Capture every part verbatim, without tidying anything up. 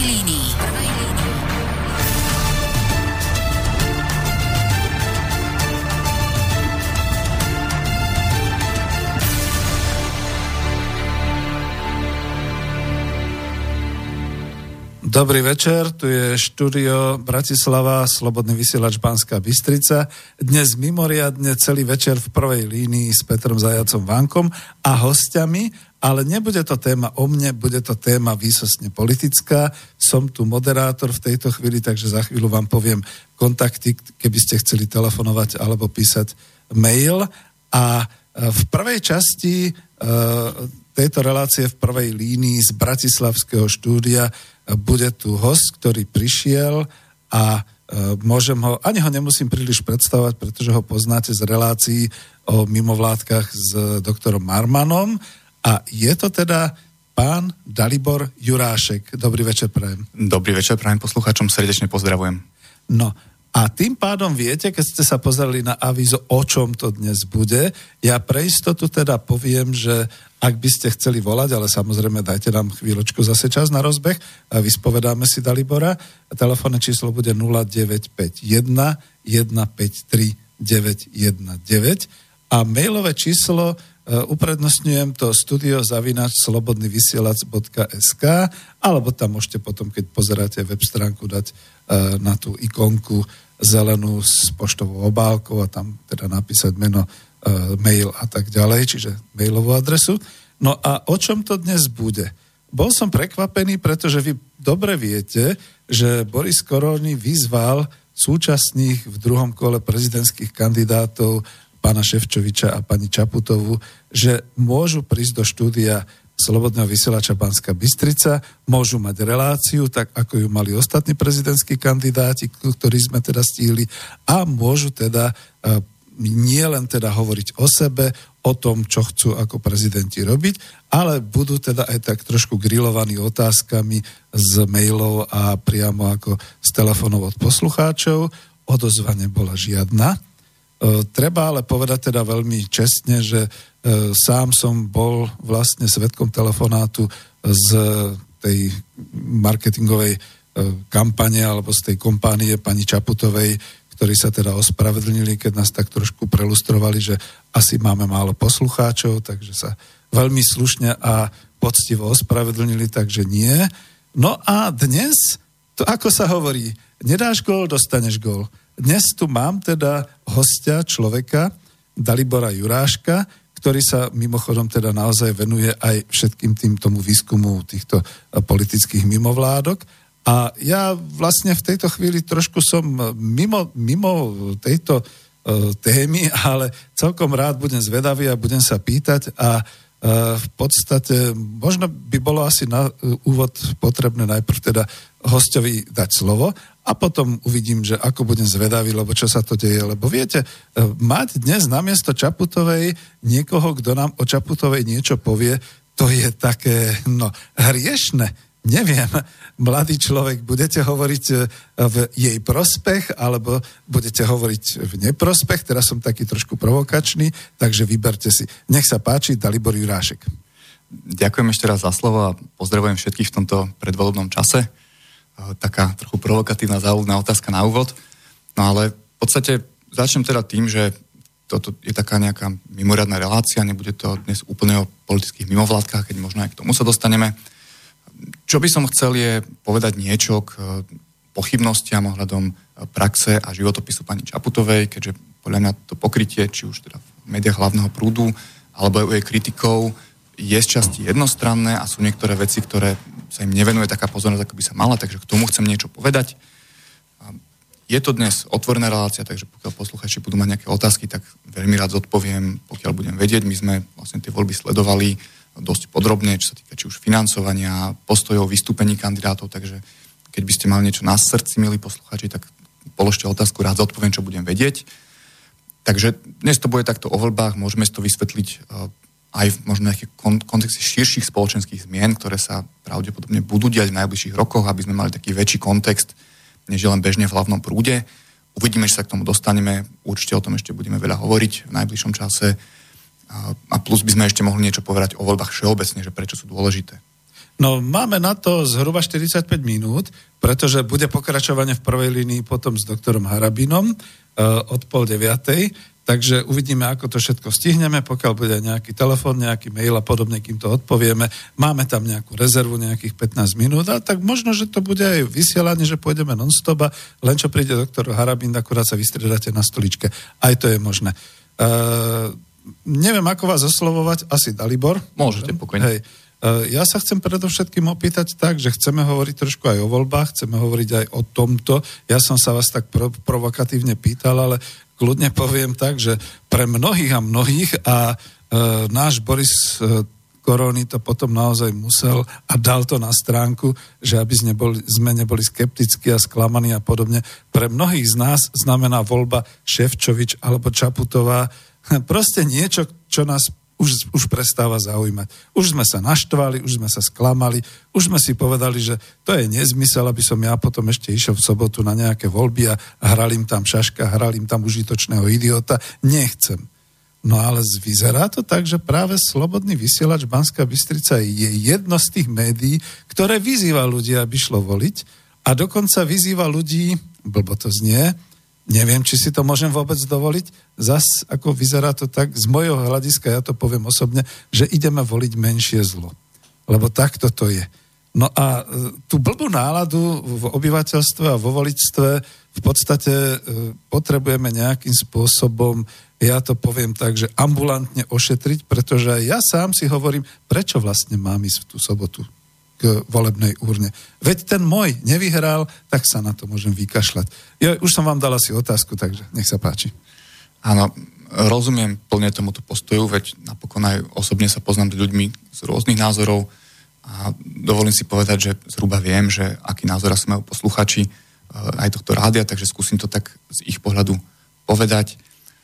línii. Prvej línii. Dobrý večer, tu je štúdio Bratislava, Slobodný vysielač Banská Bystrica. Dnes mimoriadne celý večer v prvej línii s Petrom Zajacom Vankom a hostiami, ale nebude to téma o mne, bude to téma výsostne politická. Som tu moderátor v tejto chvíli, takže za chvíľu vám poviem kontakty, keby ste chceli telefonovať alebo písať mail. A v prvej časti tejto relácie v prvej línii z bratislavského štúdia bude tu host, ktorý prišiel a e, môžem ho, ani ho nemusím príliš predstavovať, pretože ho poznáte z relácií o mimovládkach s doktorom Marmanom a je to teda pán Dalibor Jurášek. Dobrý večer, prajem. Dobrý večer, prajem poslucháčom, srdečne pozdravujem. No a tým pádom viete, keď ste sa pozerali na avízo, o čom to dnes bude. Ja pre istotu teda poviem, že ak by ste chceli volať, ale samozrejme dajte nám chvíľočku zase čas na rozbeh a vyspovedáme si Dalibora. Telefónne číslo bude nula deväť päť jeden, jeden päť tri, deväť jeden deväť a mailové číslo uprednostňujem to studio zavináč slobodný vysielač bodka es ká alebo tam môžete potom, keď pozeráte web stránku, dať na tú ikonku zelenú s poštovou obálkou a tam teda napísať meno, mail a tak ďalej, čiže mailovú adresu. No a o čom to dnes bude? Bol som prekvapený, pretože vy dobre viete, že Boris Koroni vyzval súčasných v druhom kole prezidentských kandidátov pána Šefčoviča a pani Čaputovú, že môžu prísť do štúdia Slobodného vysielača Banská Bystrica, môžu mať reláciu, tak ako ju mali ostatní prezidentskí kandidáti, ktorí sme teda stihli, a môžu teda nie len teda hovoriť o sebe, o tom, čo chcú ako prezidenti robiť, ale budú teda aj tak trošku grillovaní otázkami z mailov a priamo ako z telefónov od poslucháčov. Odozva nebola žiadna. E, treba ale povedať teda veľmi čestne, že e, sám som bol vlastne svedkom telefonátu z tej marketingovej e, kampane alebo z tej kompánie pani Čaputovej, ktorí sa teda ospravedlnili, keď nás tak trošku prelustrovali, že asi máme málo poslucháčov, takže sa veľmi slušne a poctivo ospravedlnili, takže nie. No a dnes, to ako sa hovorí, nedáš gól, dostaneš gól. Dnes tu mám teda hostia, človeka, Dalibora Juráška, ktorý sa mimochodom teda naozaj venuje aj všetkým tým tomu výskumu týchto politických mimovládok. A ja vlastne v tejto chvíli trošku som mimo, mimo tejto uh, témy, ale celkom rád budem zvedavý a budem sa pýtať a uh, v podstate možno by bolo asi na uh, úvod potrebné najprv teda hostovi dať slovo a potom uvidím, že ako budem zvedavý, lebo čo sa to deje. Lebo viete, uh, mať dnes namiesto Čaputovej niekoho, kto nám o Čaputovej niečo povie, to je také, no, hriešne. Neviem, mladý človek, budete hovoriť v jej prospech, alebo budete hovoriť v neprospech, teraz som taký trošku provokačný, takže vyberte si. Nech sa páči, Dalibor Jurášek. Ďakujem ešte raz za slovo a pozdravujem všetkých v tomto predvolebnom čase. Taká trochu provokatívna záľudná otázka na úvod. No ale v podstate začnem teda tým, že toto je taká nejaká mimoriadna relácia, nebude to dnes úplne o politických mimovládkach, keď možno aj k tomu sa dostaneme. Čo by som chcel je povedať niečo k pochybnostiam ohľadom praxe a životopisu pani Čaputovej, keďže podľa mňa to pokrytie, či už teda v médiách hlavného prúdu, alebo aj u jej kritikov, je z časti jednostranné a sú niektoré veci, ktoré sa im nevenuje taká pozornosť, ako by sa mala, takže k tomu chcem niečo povedať. Je to dnes otvorená relácia, takže pokiaľ posluchači budú mať nejaké otázky, tak veľmi rád zodpoviem, pokiaľ budem vedieť. My sme vlastne tie voľby sledovali dosť podrobne, čo sa týka či už financovania, postojov, vystúpení kandidátov, takže keď by ste mali niečo na srdci, milí poslucháči, tak položte otázku, rád zodpoviem, čo budem vedieť. Takže dnes to bude takto o voľbách, môžeme si to vysvetliť aj v možno nejakých kontexte širších spoločenských zmien, ktoré sa pravdepodobne budú diať v najbližších rokoch, aby sme mali taký väčší kontext, než len bežne v hlavnom prúde. Uvidíme, že sa k tomu dostaneme, určite o tom ešte budeme veľa hovoriť v najbližšom čase. A plus by sme ešte mohli niečo povedať o voľbách všeobecne, že prečo sú dôležité. No, máme na to zhruba štyridsaťpäť minút, pretože bude pokračovanie v prvej línii potom s doktorom Harabinom uh, od pol deviatej, takže uvidíme, ako to všetko stihneme, pokiaľ bude nejaký telefón, nejaký mail a podobne, kým to odpovieme. Máme tam nejakú rezervu, nejakých pätnásť minút, a tak možno, že to bude aj vysielanie, že pôjdeme non-stop a len čo príde doktor Harabin, akurát sa vystriedate na stoličke. Aj to je možné. Uh, neviem, ako vás oslovovať, asi Dalibor. Môžete, pokojne. Hej. Ja sa chcem predovšetkým opýtať tak, že chceme hovoriť trošku aj o voľbách, chceme hovoriť aj o tomto. Ja som sa vás tak prov- provokatívne pýtal, ale kľudne poviem tak, že pre mnohých a mnohých a e, náš Boris e, Korony to potom naozaj musel a dal to na stránku, že aby sme neboli, sme neboli skeptickí a sklamaní a podobne. Pre mnohých z nás znamená voľba Šefčovič alebo Čaputová proste niečo, čo nás Už, už prestáva zaujímať. Už sme sa naštvali, už sme sa sklamali, už sme si povedali, že to je nezmysel, aby som ja potom ešte išiel v sobotu na nejaké voľby a hral im tam šaška, hral im tam užitočného idiota. Nechcem. No ale vyzerá to tak, že práve Slobodný vysielač Banská Bystrica je jedno z tých médií, ktoré vyzýva ľudí, aby šlo voliť a dokonca vyzýva ľudí, blbo to znie, neviem, či si to môžem vôbec dovoliť. Zas, ako vyzerá to tak, z mojho hľadiska, ja to poviem osobne, že ideme voliť menšie zlo. Lebo takto to je. No a tú blbú náladu v obyvateľstve a vo voličstve v podstate potrebujeme nejakým spôsobom, ja to poviem tak, že ambulantne ošetriť, pretože ja sám si hovorím, prečo vlastne mám ísť v tú sobotu k volebnej úrne. Veď ten môj nevyhral, tak sa na to môžem vykašľať. Ja už som vám dal asi otázku, takže nech sa páči. Áno, rozumiem plne tomuto postoju, veď napokon aj osobne sa poznám s ľuďmi z rôznych názorov a dovolím si povedať, že zhruba viem, že aký názor asi majú posluchači aj tohto rádia, takže skúsim to tak z ich pohľadu povedať.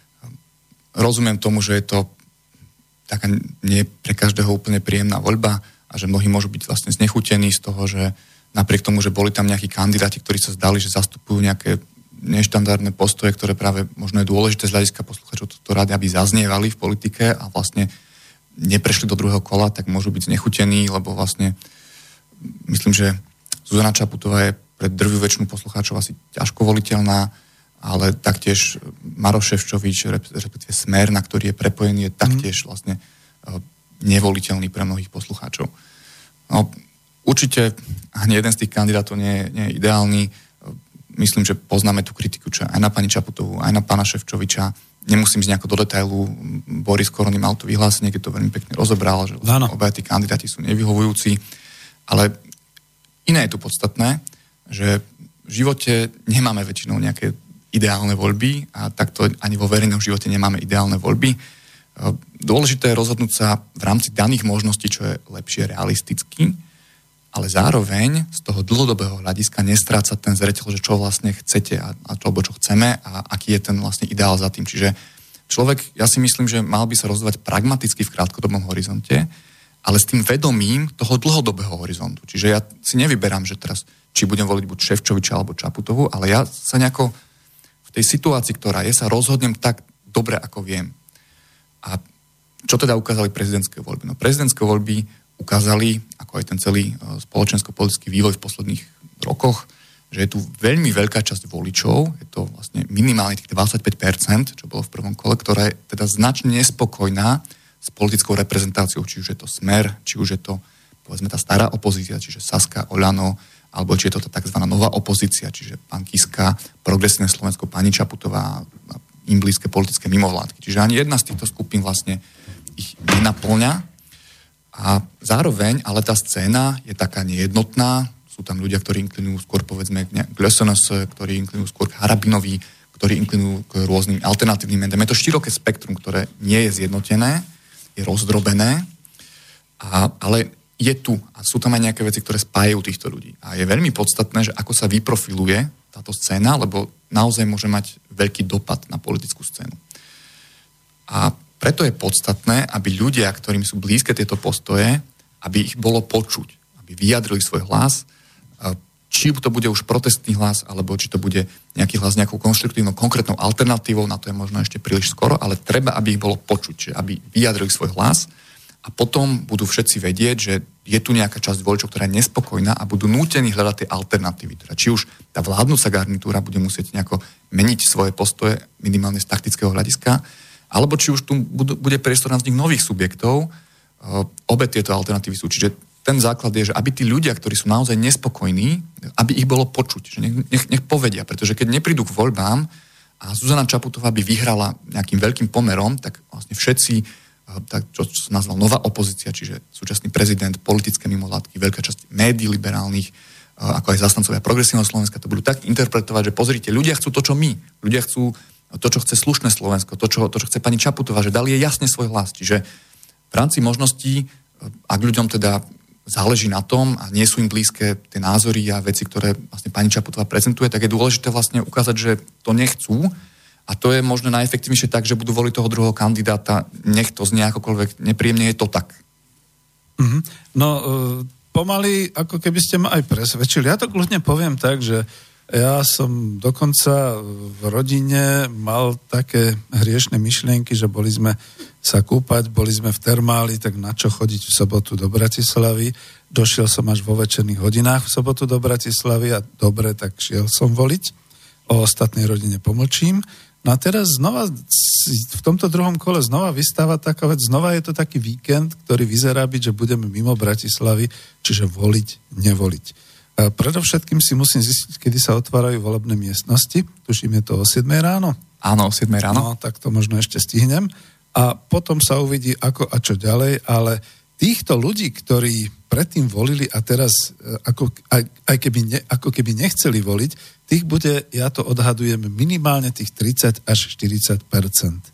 Rozumiem tomu, že je to taká nie pre každého úplne príjemná voľba, a že mnohí môžu byť vlastne znechutení z toho, že napriek tomu, že boli tam nejakí kandidáti, ktorí sa zdali, že zastupujú nejaké neštandardné postoje, ktoré práve možno je dôležité z hľadiska posluchačov toto rádi, aby zaznievali v politike a vlastne neprešli do druhého kola, tak môžu byť znechutení, lebo vlastne myslím, že Zuzana Čaputová je pre drvivú väčšinu poslucháčov asi ťažko voliteľná, ale taktiež Maroš Šefčovič, respektíve Smer, na ktorý je prepojený, je taktiež vlastne nevoliteľný pre mnohých poslucháčov. No, určite ani jeden z tých kandidátov nie, nie je ideálny. Myslím, že poznáme tú kritiku, čo aj na pani Čaputovú, aj na pána Šefčoviča. Nemusím ísť nejako do detailu. Boris Korony mal to vyhlásenie, keď to veľmi pekne rozobral, že obaja tí kandidáti sú nevyhovujúci. Ale iné je tu podstatné, že v živote nemáme väčšinou nejaké ideálne voľby a takto ani vo verejnom živote nemáme ideálne voľby. Dôležité je rozhodnúť sa v rámci daných možností, čo je lepšie realisticky, ale zároveň z toho dlhodobého hľadiska nestrácať ten zreteľ, že čo vlastne chcete a, a čo, čo chceme a aký je ten vlastne ideál za tým. Čiže človek, ja si myslím, že mal by sa rozhodovať pragmaticky v krátkodobom horizonte, ale s tým vedomím toho dlhodobého horizontu. Čiže ja si nevyberám, že teraz či budem voliť buď Šefčoviča alebo Čaputovú, ale ja sa nejako v tej situácii, ktorá je, sa rozhodnem tak dobre, ako viem. A čo teda ukázali prezidentské voľby? No prezidentské voľby ukázali, ako aj ten celý spoločensko-politický vývoj v posledných rokoch, že je tu veľmi veľká časť voličov, je to vlastne minimálne tých dvadsaťpäť percent, čo bolo v prvom kole, ktorá je teda značne nespokojná s politickou reprezentáciou, či už je to Smer, či už je to, povedzme, tá stará opozícia, čiže Saska, Oľano, alebo či je to tá tzv. Nová opozícia, čiže pán Kiska, Progresívne Slovensko, pani Čaputová, im blízke politické mimovládky. Čiže ani jedna z týchto skupín vlastne ich nenaplňa. A zároveň, ale tá scéna je taká nejednotná. Sú tam ľudia, ktorí inklinujú skôr, povedzme, k es en es, ktorí inklinujú skôr k Harabinovi, ktorí inklinujú k rôznym alternatívnym médiám. Je to široké spektrum, ktoré nie je zjednotené, je rozdrobené, a, ale je tu. A sú tam aj nejaké veci, ktoré spájajú týchto ľudí. A je veľmi podstatné, že ako sa vyprofiluje táto scéna, lebo naozaj môže mať veľký dopad na politickú scénu. A preto je podstatné, aby ľudia, ktorým sú blízke tieto postoje, aby ich bolo počuť, aby vyjadrili svoj hlas, či to bude už protestný hlas, alebo či to bude nejaký hlas nejakou konštruktívnou, konkrétnou alternatívou, na to je možno ešte príliš skoro, ale treba, aby ich bolo počuť, že aby vyjadrili svoj hlas a potom budú všetci vedieť, že je tu nejaká časť voličov, ktorá je nespokojná a budú nútení hľadať tie alternatívy. Teda či už tá vládnúca garnitúra bude musieť nejako meniť svoje postoje minimálne z taktického hľadiska, alebo či už tu budú, bude priestor na vznik nových subjektov. Obe tieto alternatívy sú. Čiže ten základ je, že aby tí ľudia, ktorí sú naozaj nespokojní, aby ich bolo počuť. Že nech, nech, nech povedia, pretože keď neprídu k voľbám a Zuzana Čaputová by vyhrala nejakým veľkým pomerom, tak vlastne všetci, tak, čo, čo som nazval nová opozícia, čiže súčasný prezident, politické mimovládky, veľká časť médií liberálnych, ako aj zastancovia progresívneho Slovenska, to budú tak interpretovať, že pozrite, ľudia chcú to, čo my. Ľudia chcú to, čo chce slušné Slovensko, to, čo, to, čo chce pani Čaputová, že dali jej jasne svoj hlas. Čiže v rámci možností, ak ľuďom teda záleží na tom a nie sú im blízke tie názory a veci, ktoré vlastne pani Čaputová prezentuje, tak je dôležité vlastne ukázať, že to nechcú. A to je možno najefektívnejšie tak, že budú voliť toho druhého kandidáta, nech to znie akokoľvek nepríjemne, je to tak. Mm-hmm. No, pomaly, ako keby ste ma aj presvedčili. Ja to kľudne poviem tak, že ja som dokonca v rodine mal také hriešne myšlienky, že boli sme sa kúpať, boli sme v termáli, tak na čo chodiť v sobotu do Bratislavy. Došiel som až vo večerných hodinách v sobotu do Bratislavy a dobre, tak šiel som voliť. O ostatnej rodine pomlčím. No a teraz znova, v tomto druhom kole znova vystáva taká vec, znova je to taký víkend, ktorý vyzerá byť, že budeme mimo Bratislavy, čiže voliť, nevoliť. A predovšetkým si musím zistiť, kedy sa otvárajú volebné miestnosti. Tuším, je to o siedmej ráno? Áno, o siedmej ráno. No, tak to možno ešte stihnem. A potom sa uvidí, ako a čo ďalej, ale týchto ľudí, ktorí predtým volili a teraz ako, aj, aj keby ne, ako keby nechceli voliť, tých bude, ja to odhadujem, minimálne tých tridsať až štyridsať percent.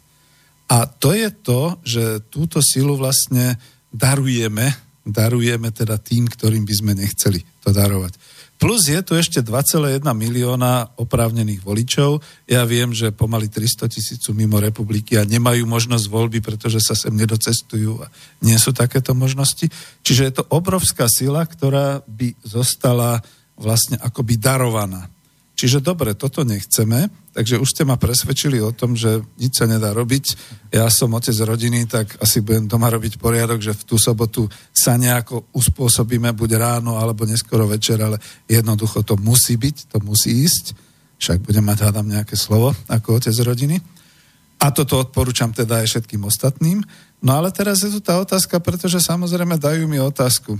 A to je to, že túto silu vlastne darujeme, darujeme teda tým, ktorým by sme nechceli to darovať. Plus je tu ešte dva celé jedna milióna oprávnených voličov. Ja viem, že pomaly tristo tisíc sú mimo republiky a nemajú možnosť voľby, pretože sa sem nedocestujú a nie sú takéto možnosti. Čiže je to obrovská sila, ktorá by zostala vlastne akoby darovaná. Čiže dobre, toto nechceme, takže už ste ma presvedčili o tom, že nič sa nedá robiť. Ja som otec rodiny, tak asi budem doma robiť poriadok, že v tú sobotu sa nejako uspôsobíme, buď ráno alebo neskoro večer, ale jednoducho to musí byť, to musí ísť. Však budem mať, hádam, nejaké slovo ako otec rodiny. A toto odporúčam teda aj všetkým ostatným. No ale teraz je tu tá otázka, pretože samozrejme dajú mi otázku.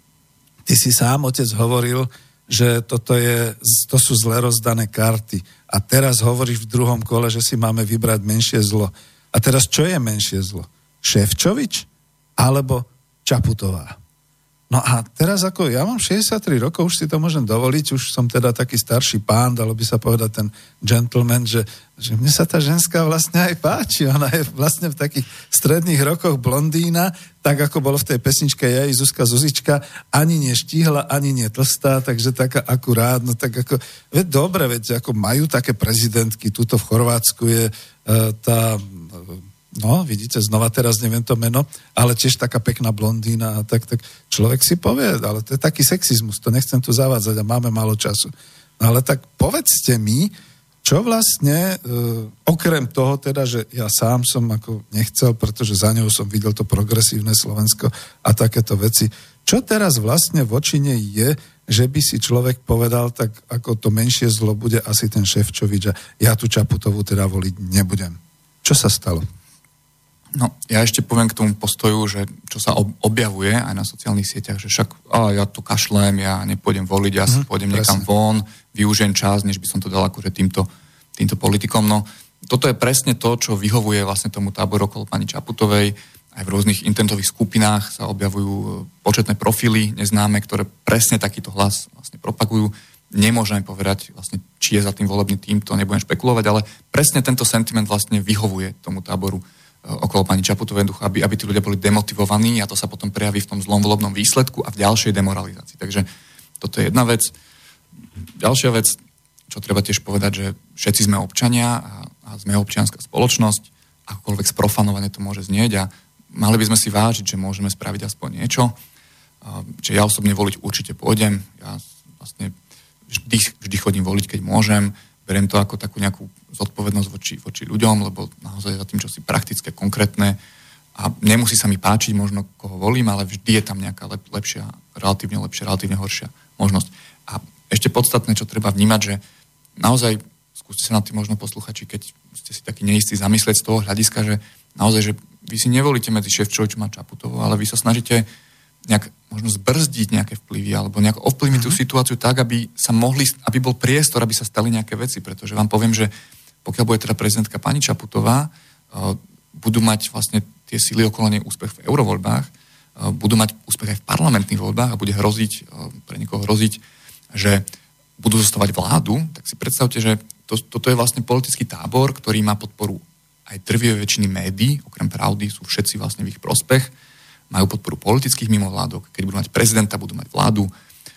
Ty si sám, otec, hovoril, že toto je, to sú zle rozdané karty. A teraz hovoríš v druhom kole, že si máme vybrať menšie zlo. A teraz čo je menšie zlo? Šefčovič alebo Čaputová? No a teraz ako, ja mám šesťdesiattri rokov, už si to môžem dovoliť, už som teda taký starší pán, dalo by sa povedať ten gentleman, že, že mne sa tá ženská vlastne aj páči, ona je vlastne v takých stredných rokoch blondína, tak ako bolo v tej pesničke Ja i Zuzka Zuzička, ani nie štíhla, ani nie tlstá, takže taká akurát, no tak ako, veď dobre, veď ako majú také prezidentky, tuto v Chorvátsku je uh, tá... Uh, No, vidíte, znova teraz neviem to meno, ale tiež taká pekná blondína a tak, tak človek si povie, ale to je taký sexizmus, to nechcem tu zavádzať a máme málo času. No ale tak povedzte mi, čo vlastne, e, okrem toho teda, že ja sám som ako nechcel, pretože za ňou som videl to progresívne Slovensko a takéto veci, čo teraz vlastne voči nej je, že by si človek povedal, tak ako to menšie zlo bude asi ten Šefčovič a ja tu Čaputovú teda voliť nebudem. Čo sa stalo? No, ja ešte poviem k tomu postoju, že čo sa objavuje aj na sociálnych sieťach, že však á, ja to kašlem, ja nepôjdem voliť, ja si mm, pôjdem presne. Niekam von, využijem čas, než by som to dal akože týmto, týmto politikom. No, toto je presne to, čo vyhovuje vlastne tomu táboru okolo pani Čaputovej. Aj v rôznych intentových skupinách sa objavujú početné profily neznáme, ktoré presne takýto hlas vlastne propagujú. Nemôžeme povedať, vlastne, či je za tým volebný tým, to nebudem špekulovať, ale presne tento sentiment vlastne vyhovuje tomu táboru okolo pani Čaputovej, aby, aby tí ľudia boli demotivovaní a to sa potom prejaví v tom zlom volebnom výsledku a v ďalšej demoralizácii. Takže toto je jedna vec. Ďalšia vec, čo treba tiež povedať, že všetci sme občania a, a sme občianska spoločnosť, akokoľvek sprofanované to môže znieť a mali by sme si vážiť, že môžeme spraviť aspoň niečo. Čiže ja osobne voliť určite pôjdem. Ja vlastne vždy, vždy chodím voliť, keď môžem. Beriem to ako takú nejakú zodpovednosť voči, voči ľuďom, lebo naozaj za tým, čo si praktické, konkrétne a nemusí sa mi páčiť možno, koho volím, ale vždy je tam nejaká lep, lepšia, relatívne lepšia, relatívne horšia možnosť. A ešte podstatné, čo treba vnímať, že naozaj, skúste sa na tým možno posluchači, keď ste si taký neistí, zamyslieť z toho hľadiska, že naozaj, že vy si nevolíte medzi Šefčovičom a Čaputovou, ale vy sa snažíte nejak možno zbrzdiť nejaké vplyvy alebo nejak ovplyvniť tú situáciu tak, aby sa mohli, aby bol priestor, aby sa stali nejaké veci, pretože vám poviem, že pokiaľ bude teda prezidentka pani Čaputová, budú mať vlastne tie síly okolo nej úspech v eurovoľbách, budú mať úspech aj v parlamentných voľbách a bude hroziť, pre niekoho hroziť, že budú zostávať vládu, tak si predstavte, že to, toto je vlastne politický tábor, ktorý má podporu aj drvivej väčšiny médií, okrem Pravdy sú všetci vlastne v ich prospech, majú podporu politických mimovládok, keď budú mať prezidenta, budú mať vládu.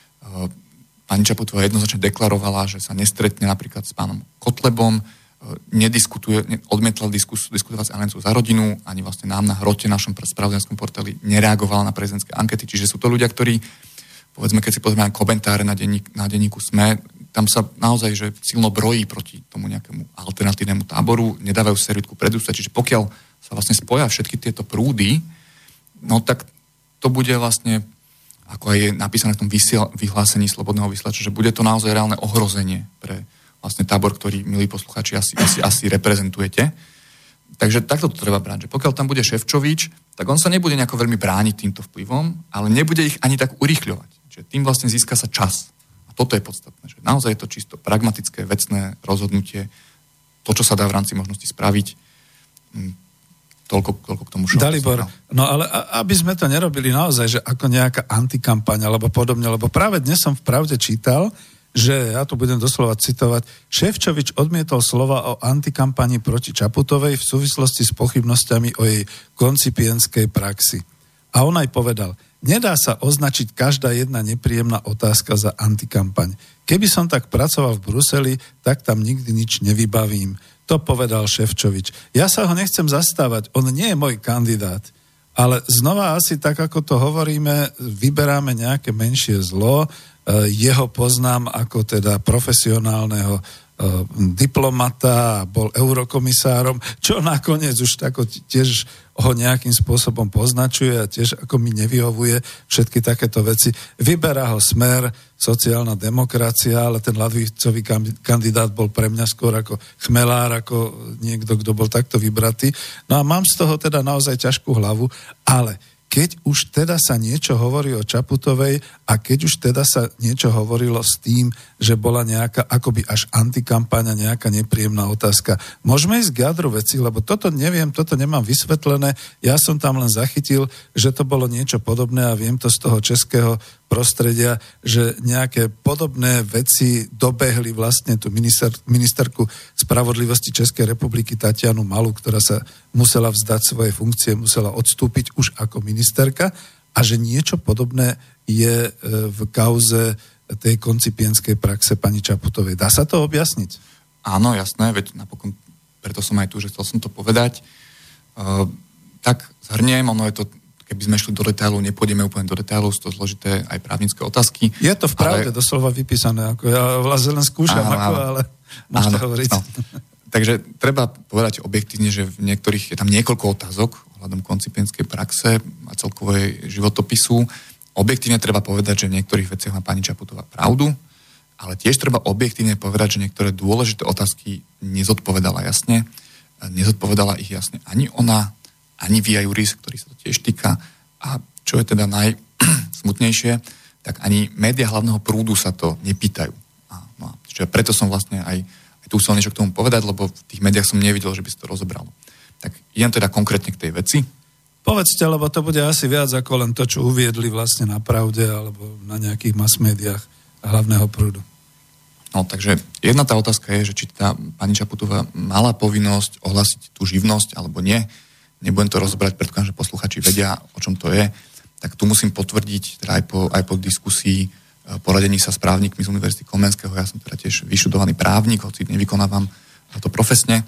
Pani Čaputová jednoznačne deklarovala, že sa nestretne napríklad s pánom Kotlebom, nediskutuje, odmietla diskus, diskutovať s Alianciou za rodinu, ani vlastne nám na Hrote, našom spravodajskom portáli, nereagovala na prezidentské ankety. Čiže sú to ľudia, ktorí, povedzme, keď si pozrieme na komentáre na, denník, na denníku SME, tam sa naozaj že silno brojí proti tomu nejakému alternatívnemu táboru, nedávajú servítku pred ústa. Čiže pokiaľ sa vlastne spoja všetky tieto prúdy, no tak to bude vlastne, ako aj je napísané v tom vysiel, vyhlásení Slobodného vysielača, že bude to naozaj reálne ohrozenie pre vlastne tábor, ktorý, milí poslucháči, asi, asi, asi reprezentujete. Takže takto to treba brať, že pokiaľ tam bude Šefčovič, tak on sa nebude nejako veľmi brániť týmto vplyvom, ale nebude ich ani tak urýchľovať. Čiže tým vlastne získa sa čas. A toto je podstatné, že naozaj je to čisto pragmatické, vecné rozhodnutie, to, čo sa dá v rámci možnosti spraviť. Toľko, toľko k tomu šoku. Dalibor, no ale aby sme to nerobili naozaj, že ako nejaká antikampaň alebo podobne, lebo práve dnes som v Pravde čítal, že, ja to budem doslova citovať, Šefčovič odmietol slova o antikampani proti Čaputovej v súvislosti s pochybnosťami o jej koncipientskej praxi. A on aj povedal, nedá sa označiť každá jedna nepríjemná otázka za antikampaň. Keby som tak pracoval v Bruseli, tak tam nikdy nič nevybavím. To povedal Šefčovič. Ja sa ho nechcem zastávať, on nie je môj kandidát, ale znova asi tak, ako to hovoríme, vyberáme nejaké menšie zlo, jeho poznám ako teda profesionálneho diplomata, bol eurokomisárom, čo nakoniec už tako tiež ho nejakým spôsobom poznačuje a tiež ako mi nevyhovuje všetky takéto veci. Vyberá ho Smer, sociálna demokracia, ale ten ľavicový kandidát bol pre mňa skôr ako chmelár, ako niekto, kto bol takto vybratý. No a mám z toho teda naozaj ťažkú hlavu, ale keď už teda sa niečo hovorí o Čaputovej a keď už teda sa niečo hovorilo s tým, že bola nejaká akoby až antikampáňa, nejaká nepríjemná otázka. Môžeme ísť k jadru veci, lebo toto neviem, toto nemám vysvetlené. Ja som tam len zachytil, že to bolo niečo podobné a viem to z toho českého prostredia, že nejaké podobné veci dobehli vlastne tú minister, ministerku spravodlivosti Českej republiky Tatianu Malú, ktorá sa musela vzdať svoje funkcie, musela odstúpiť už ako ministerka a že niečo podobné je v kauze tej koncipientskej praxe pani Čaputovej. Dá sa to objasniť? Áno, jasné, veď napokon preto som aj tu, že chcel som to povedať. Uh, tak zhrniem, ono je to keby sme šli do detailu, nepôjdeme úplne do detailu, sú to zložité aj právnické otázky. Je to v pravde ale... doslova vypísané, ako ja vlastne len skúšam, áno, ako, ale môžete áno, hovoriť. No. Takže treba povedať objektívne, že v niektorých je tam niekoľko otázok ohľadom koncipientskej praxe a celkovej životopisu. Objektívne treba povedať, že v niektorých veciach má pani Čaputová pravdu, ale tiež treba objektívne povedať, že niektoré dôležité otázky nezodpovedala jasne. Nezodpovedala ich jasne ani ona, ani via juris, ktorý sa to tiež týka. A čo je teda najsmutnejšie, tak ani médiá hlavného prúdu sa to nepýtajú. A, no, čiže preto som vlastne aj, aj tu chcel niečo k tomu povedať, lebo v tých médiách som nevidel, že by sa to rozobralo. Tak idem teda konkrétne k tej veci. Povedzte, lebo to bude asi viac ako len to, čo uviedli vlastne na Pravde alebo na nejakých mass médiách hlavného prúdu. No, takže jedna tá otázka je, že či tá pani Čaputová mala povinnosť ohlásiť tú živnosť alebo nie. Nebudem to rozobrať, predpokladám, že posluchači vedia, o čom to je. Tak tu musím potvrdiť, teda aj po, aj po diskusii, poradení sa s právnikmi z Univerzity Komenského. Ja som teda tiež vyštudovaný právnik, hoci nevykonávam to profesne.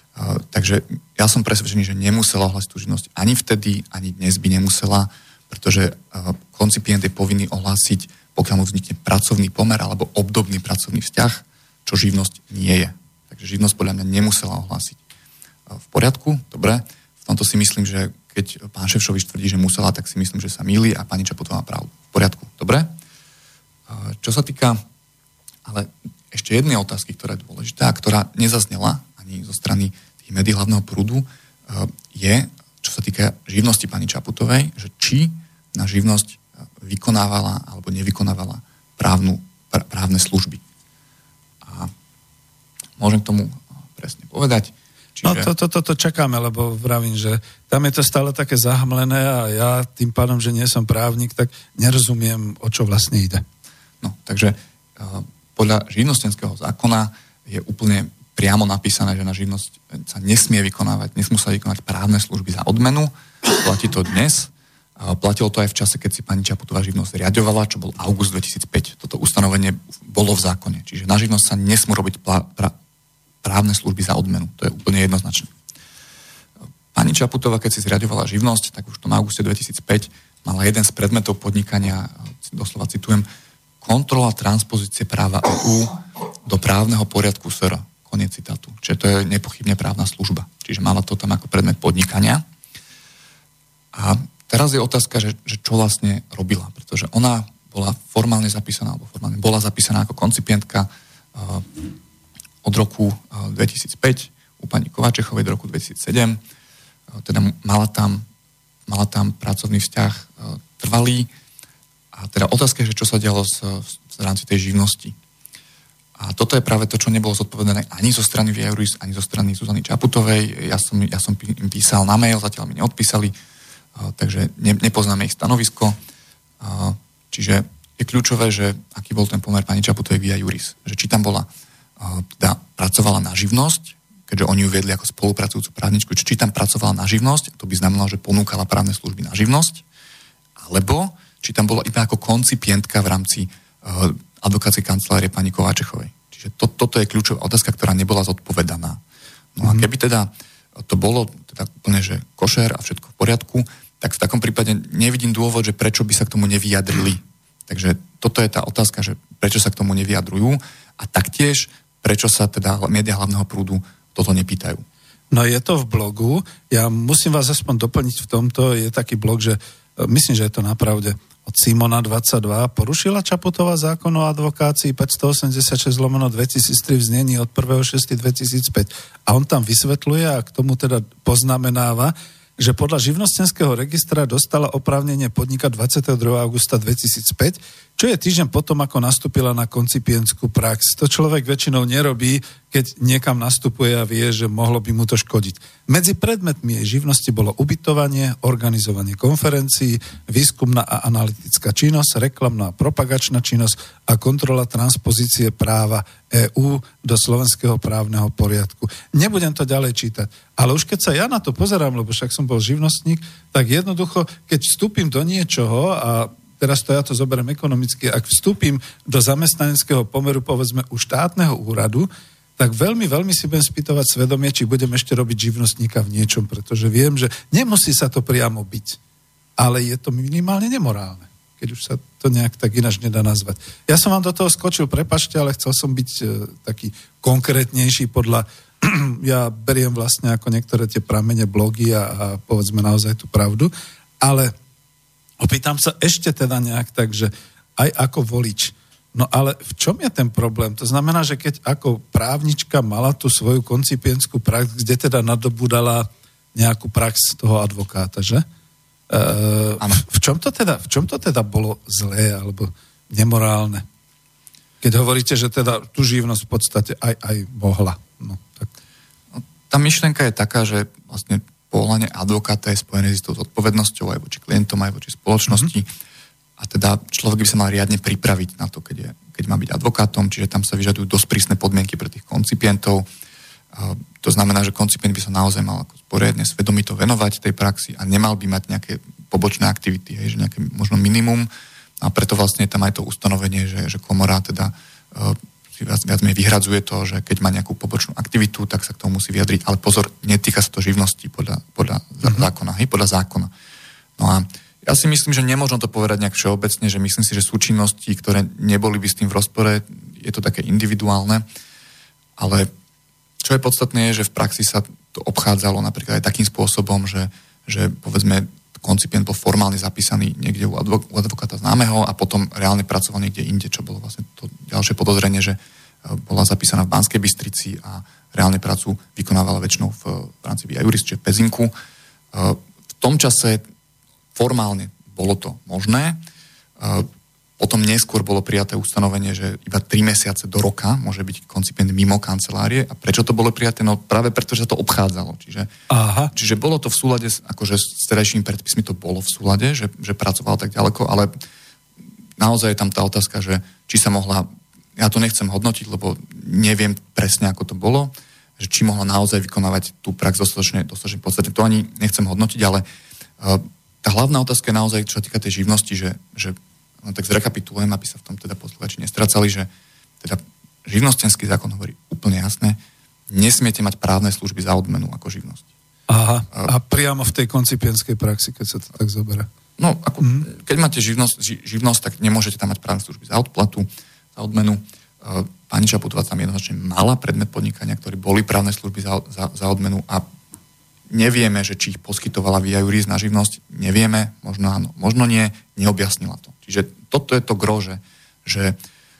Takže ja som presvedčený, že nemusela ohlásiť tú živnosť ani vtedy, ani dnes by nemusela, pretože koncipient je povinný ohlásiť, pokiaľ mu vznikne pracovný pomer alebo obdobný pracovný vzťah, čo živnosť nie je. Takže živnosť podľa mňa nemusela ohlásiť. V poriadku, dobre. V tomto si myslím, že keď pán Šefčovič tvrdí, že musela, tak si myslím, že sa mýli a pani Čaputová má pravdu. V poriadku, dobre? Čo sa týka ale ešte jednej otázky, ktorá je dôležitá, ktorá nezaznela ani zo strany tých médií hlavného prúdu, je, čo sa týka živnosti pani Čaputovej, že či na živnosť vykonávala alebo nevykonávala právnu, právne služby. A môžem k tomu presne povedať. Čiže... No to, to, to, to čakáme, lebo vravím, že tam je to stále také zahmlené a ja tým pádom, že nie som právnik, tak nerozumiem, o čo vlastne ide. No, takže uh, podľa živnostenského zákona je úplne priamo napísané, že na živnosť sa nesmie vykonávať, nesmú sa vykonávať právne služby za odmenu. Platí to dnes. Uh, platilo to aj v čase, keď si pani Čaputová živnosť riaďovala, čo bol august dvetisícpäť. Toto ustanovenie bolo v zákone. Čiže na živnosť sa nesmú robiť plá, pra, právne služby za odmenu. To je úplne jednoznačné. Pani Čaputová, keď si zriaďovala živnosť, tak už to na auguste dvetisícpäť mala jeden z predmetov podnikania, doslova citujem, kontrola transpozície práva é ú do právneho poriadku es er. Koniec citátu. Čiže to je nepochybne právna služba. Čiže mala to tam ako predmet podnikania. A teraz je otázka, že, že čo vlastne robila. Pretože ona bola formálne zapísaná, alebo formálne bola zapísaná ako koncipientka uh, od roku dvetisícpäť u pani Kováčechovej do roku dvetisícsedem. Teda mala tam, mala tam pracovný vzťah trvalý. A teda otázka je, že čo sa dialo z, z rámci tej živnosti. A toto je práve to, čo nebolo zodpovedané ani zo strany Via Juris, ani zo strany Zuzany Čaputovej. Ja som, ja som im písal na mail, zatiaľ mi neodpísali, takže ne, nepoznáme ich stanovisko. Čiže je kľúčové, že aký bol ten pomer pani Čaputovej Via Juris. Že či tam bola teda pracovala na živnosť, keďže oni ju viedli ako spolupracujúcu právničku, či tam pracovala na živnosť, to by znamenalo, že ponúkala právne služby na živnosť, alebo či tam bola iba ako koncipientka v rámci uh, advokátskej kancelárie pani Kováčechovej. Čiže to, toto je kľúčová otázka, ktorá nebola zodpovedaná. No a keby teda to bolo teda úplne, že košer a všetko v poriadku, tak v takom prípade nevidím dôvod, že prečo by sa k tomu nevyjadrili. Takže toto je tá otázka, že prečo sa k tomu nevyjadrujú a taktiež prečo sa teda médiá hlavného prúdu toto nepýtajú. No je to v blogu, ja musím vás aspoň doplniť v tomto, je taký blog, že myslím, že je to napravde od Simona dvadsaťdva, porušila Čaputová zákon o advokácii päťstoosemdesiatšesť lomeno dvetisíctri v znení od prvého šiesteho dvetisícpäť. A on tam vysvetľuje a k tomu teda poznamenáva, že podľa živnostenského registra dostala oprávnenie podnikať dvadsiateho druhého augusta dvetisícpäť, čo je týždeň potom, ako nastúpila na koncipientskú prax. To človek väčšinou nerobí, keď niekam nastupuje a vie, že mohlo by mu to škodiť. Medzi predmetmi jej živnosti bolo ubytovanie, organizovanie konferencií, výskumná a analytická činnosť, reklamná a propagačná činnosť a kontrola transpozície práva é ú do slovenského právneho poriadku. Nebudem to ďalej čítať, ale už keď sa ja na to pozerám, lebo však som bol živnostník, tak jednoducho, keď vstúpim do niečoho a teraz to ja to zoberiem ekonomicky, ak vstúpim do zamestnaneckého pomeru, povedzme, u štátneho úradu, tak veľmi, veľmi si budem spýtovať svedomie, či budem ešte robiť živnostníka v niečom, pretože viem, že nemusí sa to priamo byť, ale je to minimálne nemorálne, keď už sa to nejak tak ináč nedá nazvať. Ja som vám do toho skočil, prepáčte, ale chcel som byť e, taký konkrétnejší podľa, ja beriem vlastne ako niektoré tie pramene blogy a, a povedzme naozaj tú pravdu, ale opýtam sa ešte teda nejak tak, že aj ako volič. No ale v čom je ten problém? To znamená, že keď ako právnička mala tú svoju koncipientskú prax, kde teda nadobudala nejakú prax toho advokáta, že? E, v, čom to teda, v čom to teda bolo zlé alebo nemorálne? Keď hovoríte, že teda tú živnosť v podstate aj, aj mohla. No, tak. Tá myšlienka je taká, že vlastne povolanie advokáta je spojené s tou zodpovednosťou aj voči klientom, aj voči spoločnosti. Mm-hmm. A teda človek by sa mal riadne pripraviť na to, keď, je, keď má byť advokátom, čiže tam sa vyžadujú dosť prísne podmienky pre tých koncipientov. A to znamená, že koncipient by sa naozaj mal ako poriadne svedomito venovať tej praxi a nemal by mať nejaké pobočné aktivity, hej, že nejaké možno minimum. A preto vlastne je tam aj to ustanovenie, že, že komora teda uh, si viac, viac mi vyhradzuje to, že keď má nejakú pobočnú aktivitu, tak sa k tomu musí vyjadriť. Ale pozor, netýka sa to živnosti podľa, podľa mm-hmm. zákona, hej, podľa zákona. No a ja si myslím, že nemôžno to povedať nejak všeobecne, že myslím si, že sú činnosti, ktoré neboli by s tým v rozpore, je to také individuálne, ale čo je podstatné je, že v praxi sa to obchádzalo napríklad aj takým spôsobom, že že povedzme koncipient bol formálne zapísaný niekde u, advok- u advokáta známeho a potom reálne pracoval niekde inde, čo bolo vlastne to ďalšie podozrenie, že bola zapísaná v Banskej Bystrici a reálne prácu vykonávala väčšinou v, v rámci Via Juris, čiže v Pezinku. V tom čase formálne bolo to možné. Potom neskôr bolo prijaté ustanovenie, že iba tri mesiace do roka môže byť koncipient mimo kancelárie. A prečo to bolo prijaté? No práve preto, že sa to obchádzalo. Čiže, Aha. čiže bolo to v súlade, akože s terajšími predpismi to bolo v súlade, že, že pracoval tak ďaleko, ale naozaj je tam tá otázka, že či sa mohla, ja to nechcem hodnotiť, lebo neviem presne, ako to bolo, že či mohla naozaj vykonávať tú prax dostatočne, dostatočne v podstate. To ani nechcem hodnotiť, ale uh, tá hlavná otázka je naozaj, čo sa týka tej živnosti, že, že no tak zrekapitulujem, aby sa v tom teda poslucháči nestracali, že teda živnostenský zákon hovorí úplne jasné, nesmiete mať právne služby za odmenu ako živnosť. Aha, a priamo v tej koncipientskej praxi, keď sa to tak zoberá. No, ako, mm. keď máte živnosť, ži, živnosť, tak nemôžete tam mať právne služby za odplatu, za odmenu. Pani Čaputová tam jednoznačne mala predmet podnikania, ktorí boli právne služby za, za, za odmenu a nevieme, že či ich poskytovala Via Juris na živnosť, nevieme, možno áno, možno nie, neobjasnila to. Čiže toto je to gro, že, že,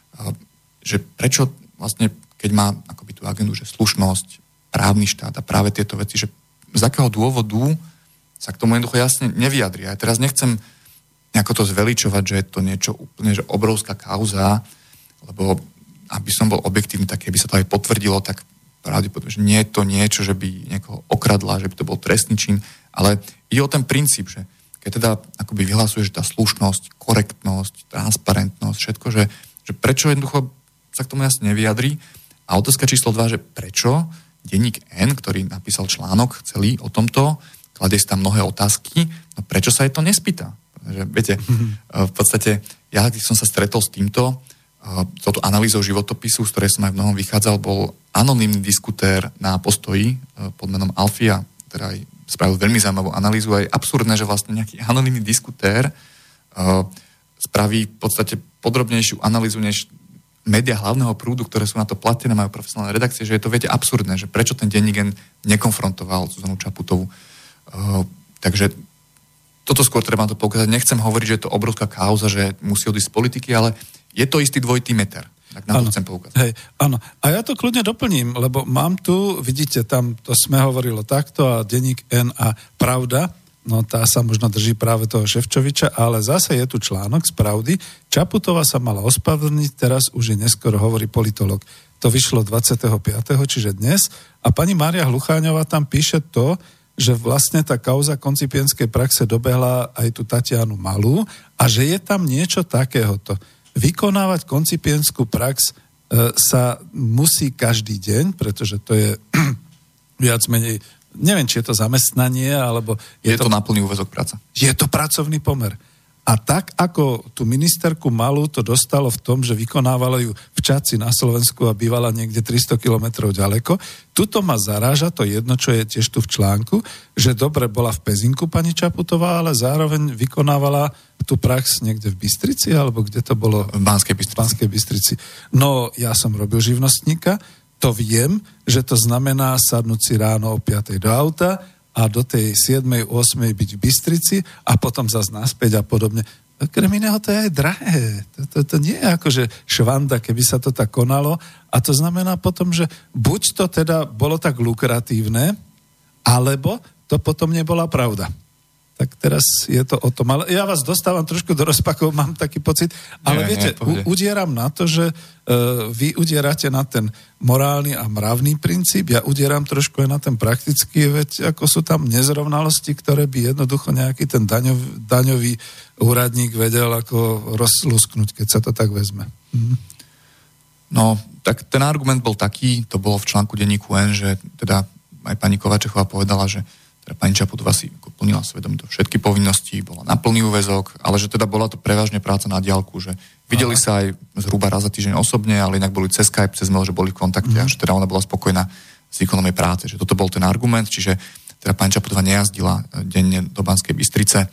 že prečo vlastne, keď má akoby tú agendu, že slušnosť, právny štát a práve tieto veci, že z akého dôvodu sa k tomu jednoducho jasne nevyjadri. Ja teraz nechcem nejako to zveličovať, že je to niečo úplne, že obrovská kauza, lebo aby som bol objektívny, tak keby sa to aj potvrdilo, tak pravdepodobne, že nie je to niečo, že by niekoho okradla, že by to bol trestný čin, ale ide o ten princíp, že keď teda akoby vyhlasuje, že tá slušnosť, korektnosť, transparentnosť, všetko, že, že prečo jednoducho sa k tomu jasne nevyjadrí. A otázka číslo dva, že prečo denník N, ktorý napísal článok celý o tomto, kladie si tam mnohé otázky, no prečo sa jej to nespýta? Pretože, viete, mm-hmm. v podstate, ja keď som sa stretol s týmto, touto analýzou životopisu, z ktorej som aj v mnohom vychádzal, bol anonymný diskutér na Postoji pod menom Alfia, ktorá aj spravil veľmi zaujímavú analýzu. A je absurdné, že vlastne nejaký anonymný diskutér uh, spraví v podstate podrobnejšiu analýzu než médiá hlavného prúdu, ktoré sú na to platené, majú profesionálne redakcie, že je to, viete, absurdné, že prečo ten denník nekonfrontoval Zuzanu Čaputovú. Uh, takže toto skôr treba na to poukázať. Nechcem hovoriť, že je to obrovská kauza, že musí odísť z politiky, ale je to istý dvojitý meter. Tak na to chcem poukázať. Hej, áno. A ja to kľudne doplním, lebo mám tu, vidíte, tam to sme hovorilo takto a denník N a Pravda, no tá sa možno drží práve toho Ševčoviča, ale zase je tu článok z Pravdy. Čaputová sa mala ospravedlniť, teraz už je neskoro, hovorí politolog. To vyšlo dvadsiateho piateho čiže dnes. A pani Mária Hlucháňová tam píše to, že vlastne tá kauza koncipientskej praxe dobehla aj tú Tatianu Malú a že je tam niečo takéhoto. Vykonávať koncipientskú prax e, sa musí každý deň, pretože to je viac menej, neviem, či je to zamestnanie, alebo... Je, je to, to na plný úväzok práca. Je to pracovný pomer. A tak, ako tú ministerku Malú to dostalo v tom, že vykonávala ju v Čadci na Slovensku a bývala niekde tristo kilometrov ďaleko, tuto ma zaráža to jedno, čo je tiež tu v článku, že dobre bola v Pezinku pani Čaputová, ale zároveň vykonávala tú prax niekde v Bystrici, alebo kde to bolo? V Banskej Bystrici. V Banskej Bystrici. No, ja som robil živnostníka, to viem, že to znamená sadnúť si ráno o piatej do auta a do tej siedmej ôsmej byť v Bystrici a potom zase naspäť a podobne. Okrem iného to je aj drahé. To, to, to nie je ako, že švanda, keby sa to tak konalo. A to znamená potom, že buď to teda bolo tak lukratívne, alebo to potom nebola pravda. Tak teraz je to o tom. Ale ja vás dostávam trošku do rozpakov, mám taký pocit. Ale nie, viete, nie, u, udieram na to, že uh, vy udierate na ten morálny a mravný princíp, ja udieram trošku aj na ten praktický, veď ako sú tam nezrovnalosti, ktoré by jednoducho nejaký ten daňov, daňový úradník vedel ako rozlusknúť, keď sa to tak vezme. Mhm. No, tak ten argument bol taký, to bolo v článku denníku N, že teda aj pani Kovačechová povedala, že teda pani Čaputová si plnila svedomito všetky povinnosti, bola na plný úväzok, ale že teda bola to prevažne práca na diaľku, že videli Aha. sa aj zhruba raz za týždeň osobne, ale inak boli cez Skype, cez mail, že boli v kontakte mm. a že teda ona bola spokojná s výkonom jej práce. Že toto bol ten argument, čiže teda pani Čaputová nejazdila denne do Banskej Bystrice.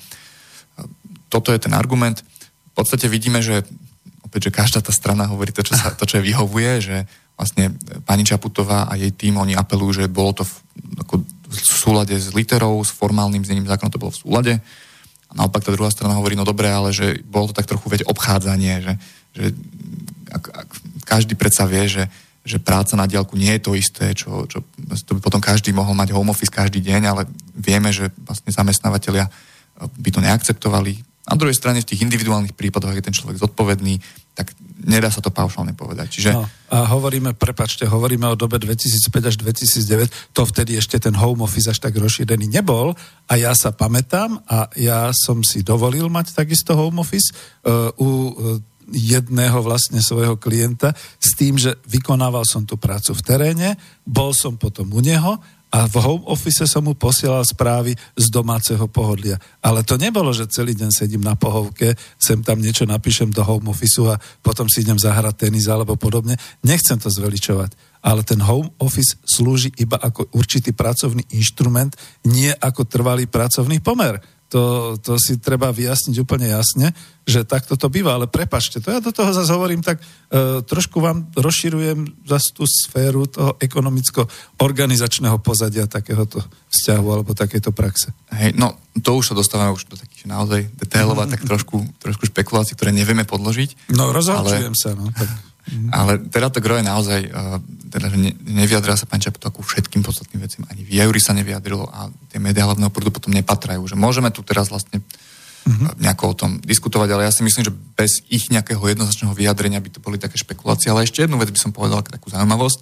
Toto je ten argument. V podstate vidíme, že opäť, že každá tá strana hovorí to, čo, sa, to, čo je vyhovuje, že vlastne pani Čaputová a jej tým, oni apelujú, že bolo to v, ako v v súlade s literou, s formálnym znením zákona to bolo v súlade. A naopak tá druhá strana hovorí, no dobre, ale že bolo to tak trochu veď obchádzanie, že, že ak, ak, každý predsa vie, že, že práca na diaľku nie je to isté, čo, čo to by potom každý mohol mať home office každý deň, ale vieme, že vlastne zamestnávateľia by to neakceptovali. Na druhej strane v tých individuálnych prípadoch, ak je ten človek zodpovedný, tak nedá sa to paušálne povedať. Čiže... No, a hovoríme, prepáčte, hovoríme o dobe dvetisícpäť až dvetisícdeväť, to vtedy ešte ten home office až tak rozšírený nebol a ja sa pamätám a ja som si dovolil mať takisto home office uh, u uh, jedného vlastne svojho klienta s tým, že vykonával som tú prácu v teréne, bol som potom u neho a v home office som mu posielal správy z domáceho pohodlia. Ale to nebolo, že celý deň sedím na pohovke, sem tam niečo napíšem do home office a potom si idem zahrať tenis alebo podobne. Nechcem to zveličovať. Ale ten home office slúži iba ako určitý pracovný inštrument, nie ako trvalý pracovný pomer. To, to si treba vyjasniť úplne jasne, že takto to býva, ale prepáčte, to ja do toho zase hovorím, tak e, trošku vám rozširujem zase tú sféru toho ekonomicko-organizačného pozadia takéhoto vzťahu alebo takéto praxe. Hej, no to už sa dostávame už do takých naozaj detailov a tak trošku, trošku špekulácií, ktoré nevieme podložiť. No rozhodčujem ale... sa, no. Tak. Ale teda to gro je naozaj, uh, teda, že ne, nevyjadrila sa pani Čaputová ku všetkým podstatným veciam, ani v Jauri sa nevyjadrilo a tie médiá hlavného prúdu potom nepatrajú. Že môžeme tu teraz vlastne uh-huh. nejako o tom diskutovať, ale ja si myslím, že bez ich nejakého jednoznačného vyjadrenia by to boli také špekulácie. Ale ešte jednu vec by som povedal, takú zaujímavosť,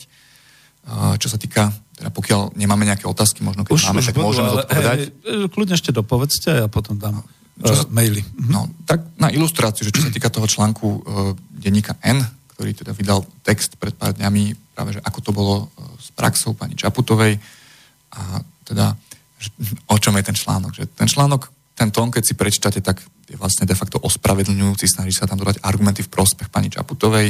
uh, čo sa týka, teda pokiaľ nemáme nejaké otázky, možno keď už, máme, už tak budú, môžeme zodpovedať. Hej, kľudne ešte dopovedzte a ja potom dám uh, sa, maily. Uh-huh. No, tak na ilustráciu, že čo sa týka toho článku uh, denníka N, ktorý teda vydal text pred pár dňami, práve že ako to bolo s praxou pani Čaputovej a teda, že, o čom je ten článok. Že ten článok, ten tón, keď si prečítate, tak je vlastne de facto ospravedlňujúci, snaží sa tam dodať argumenty v prospech pani Čaputovej. E,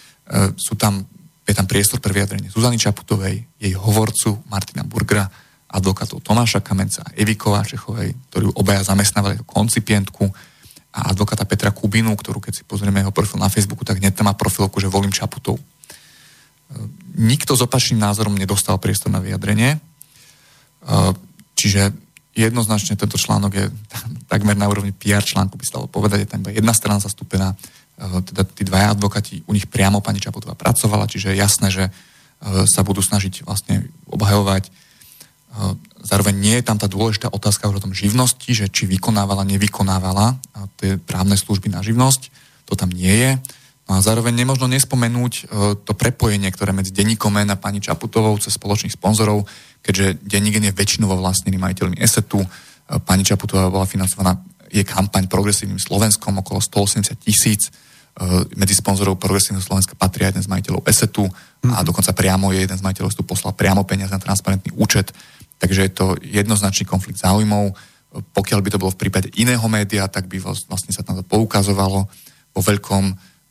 sú tam, je tam priestor pre vyjadrenie Zuzany Čaputovej, jej hovorcu Martina Burgera, advokátov Tomáša Kamenca a Evy Kováčechovej, ktorú obaja zamestnávali ako koncipientku, a advokáta Petra Kubinu, ktorú keď si pozrieme jeho profil na Facebooku, tak hneď tam má profilovku, že volím Čaputov. Nikto s opačným názorom nedostal priestor na vyjadrenie, čiže jednoznačne tento článok je takmer na úrovni pé er článku, by stalo povedať, je tam iba jedna strana zastúpená, teda tí dvaja advokáti, u nich priamo pani Čaputová pracovala, čiže je jasné, že sa budú snažiť vlastne obhajovať. Zároveň nie je tam tá dôležitá otázka o tom živnosti, že či vykonávala, nevykonávala tie právne služby na živnosť. To tam nie je. No a zároveň nemožno nespomenúť to prepojenie, ktoré medzi denníkom N a pani Čaputovou cez spoločných sponzorov, keďže denník N je väčšinovo vlastnený majiteľmi Esetu. Pani Čaputová bola financovaná, je kampaň Progresívnym Slovenskom, okolo stoosemdesiat tisíc. Medzi sponzorov Progresívneho Slovenska patrí jeden z majiteľov Esetu a dokonca priamo je jeden z majiteľov Esetu poslal priamo peniaze na transparentný účet. Takže je to jednoznačný konflikt záujmov. Pokiaľ by to bolo v prípade iného média, tak by vlastne sa tam to poukazovalo vo veľkom.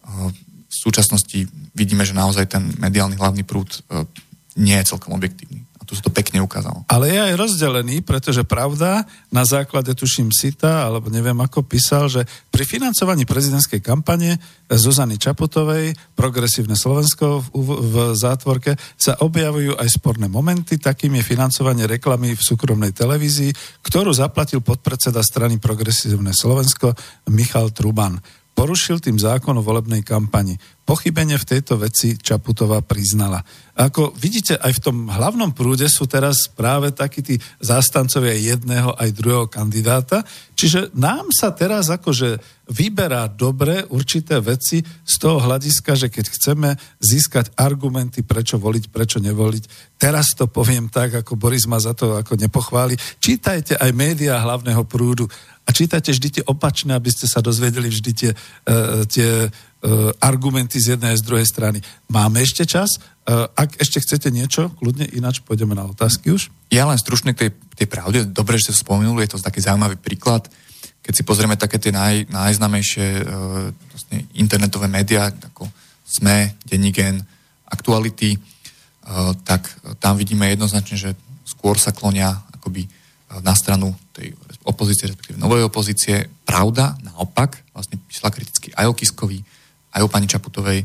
V súčasnosti vidíme, že naozaj ten mediálny hlavný prúd nie je celkom objektívny. A tu sa to pekne ukázalo. Ale je aj rozdelený, pretože pravda, na základe tuším Sita, alebo neviem ako písal, že pri financovaní prezidentskej kampane Zuzany Čaputovej, Progresívne Slovensko v, v zátvorke, sa objavujú aj sporné momenty, takým je financovanie reklamy v súkromnej televízii, ktorú zaplatil podpredseda strany Progresívne Slovensko Michal Truban. Porušil tým zákon o volebnej kampani. Pochybenie v tejto veci Čaputová priznala. Ako vidíte, aj v tom hlavnom prúde sú teraz práve takí tí zástancovia jedného aj druhého kandidáta. Čiže nám sa teraz akože vyberá dobre určité veci z toho hľadiska, že keď chceme získať argumenty, prečo voliť, prečo nevoliť. Teraz to poviem tak, ako Boris ma za to ako nepochváli. Čítajte aj médiá hlavného prúdu a čítajte vždy tie opačné, aby ste sa dozvedeli vždy tie, uh, tie uh, argumenty z jednej a z druhej strany. Máme ešte čas? Uh, ak ešte chcete niečo, kľudne ináč pôjdeme na otázky už. Ja len stručne k tej, tej pravde. Dobre, že ste spomenuli, je to taký zaujímavý príklad. Keď si pozrieme také tie naj, najznámejšie uh, vlastne internetové médiá, ako SME, Denník N, Aktuality, uh, tak tam vidíme jednoznačne, že skôr sa klonia akoby uh, na stranu tej opozície, respektíve novej opozície. Pravda, naopak, vlastne písala kriticky aj o Kiskovi, aj o pani Čaputovej.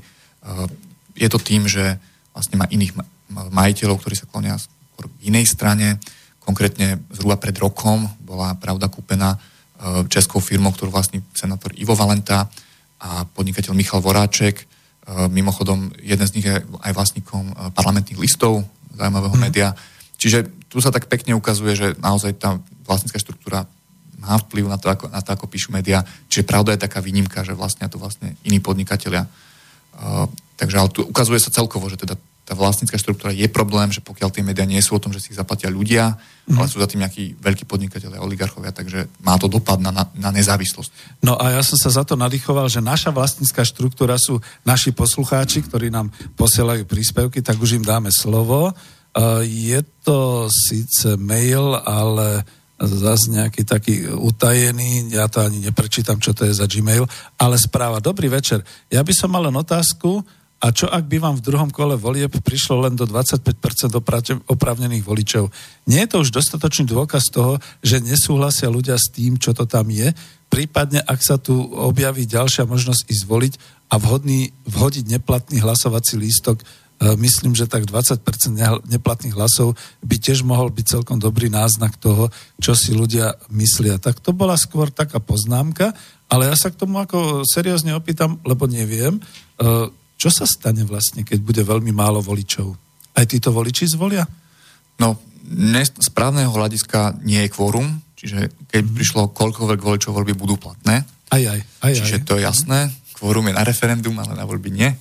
Je to tým, že vlastne má iných majiteľov, ktorí sa klonia skôr k inej strane. konkrétne zhruba pred rokom bola pravda kúpená českou firmou, ktorú vlastní senátor Ivo Valenta a podnikateľ Michal Voráček. Mimochodom, jeden z nich je aj vlastníkom Parlamentných listov, zaujímavého hmm. média. Čiže tu sa tak pekne ukazuje, že naozaj tá vlastnícka štruktúra má vplyv na to, ako, na to, ako píšu médiá. Čiže pravda je taká výnimka, že vlastne to vlastne iní podnikatelia. Uh, takže ale tu ukazuje sa celkovo, že teda tá vlastnícka štruktúra je problém, že pokiaľ tie médiá nie sú o tom, že si ich zaplatia ľudia, mm. ale sú za tým nejakí veľkí podnikatelia, oligarchovia, takže má to dopad na, na, na nezávislosť. No a ja som sa za to nadýchoval, že naša vlastnícka štruktúra sú naši poslucháči, ktorí nám posielajú príspevky, tak už im dáme slovo. Uh, je to síce mail, ale zase nejaký taký utajený, ja to ani neprečítam, čo to je za Gmail, ale správa. Dobrý večer. Ja by som mal len otázku, a čo ak by vám v druhom kole volieb prišlo len do dvadsaťpäť percent oprávnených voličov? Nie je to už dostatočný dôkaz toho, že nesúhlasia ľudia s tým, čo to tam je? Prípadne, ak sa tu objaví ďalšia možnosť ísť voliť a vhodný, vhodiť neplatný hlasovací lístok, myslím, že tak dvadsať percent neplatných hlasov by tiež mohol byť celkom dobrý náznak toho, čo si ľudia myslia. Tak to bola skôr taká poznámka, ale ja sa k tomu ako seriózne opýtam, lebo neviem, čo sa stane vlastne, keď bude veľmi málo voličov? Aj títo voliči zvolia? No, z právneho hľadiska nie je kvórum, čiže keď mm. prišlo koľkoľvek voličov, voľby budú platné. Aj, aj, aj, čiže aj. to je jasné. Kvórum je na referendum, ale na voľby nie.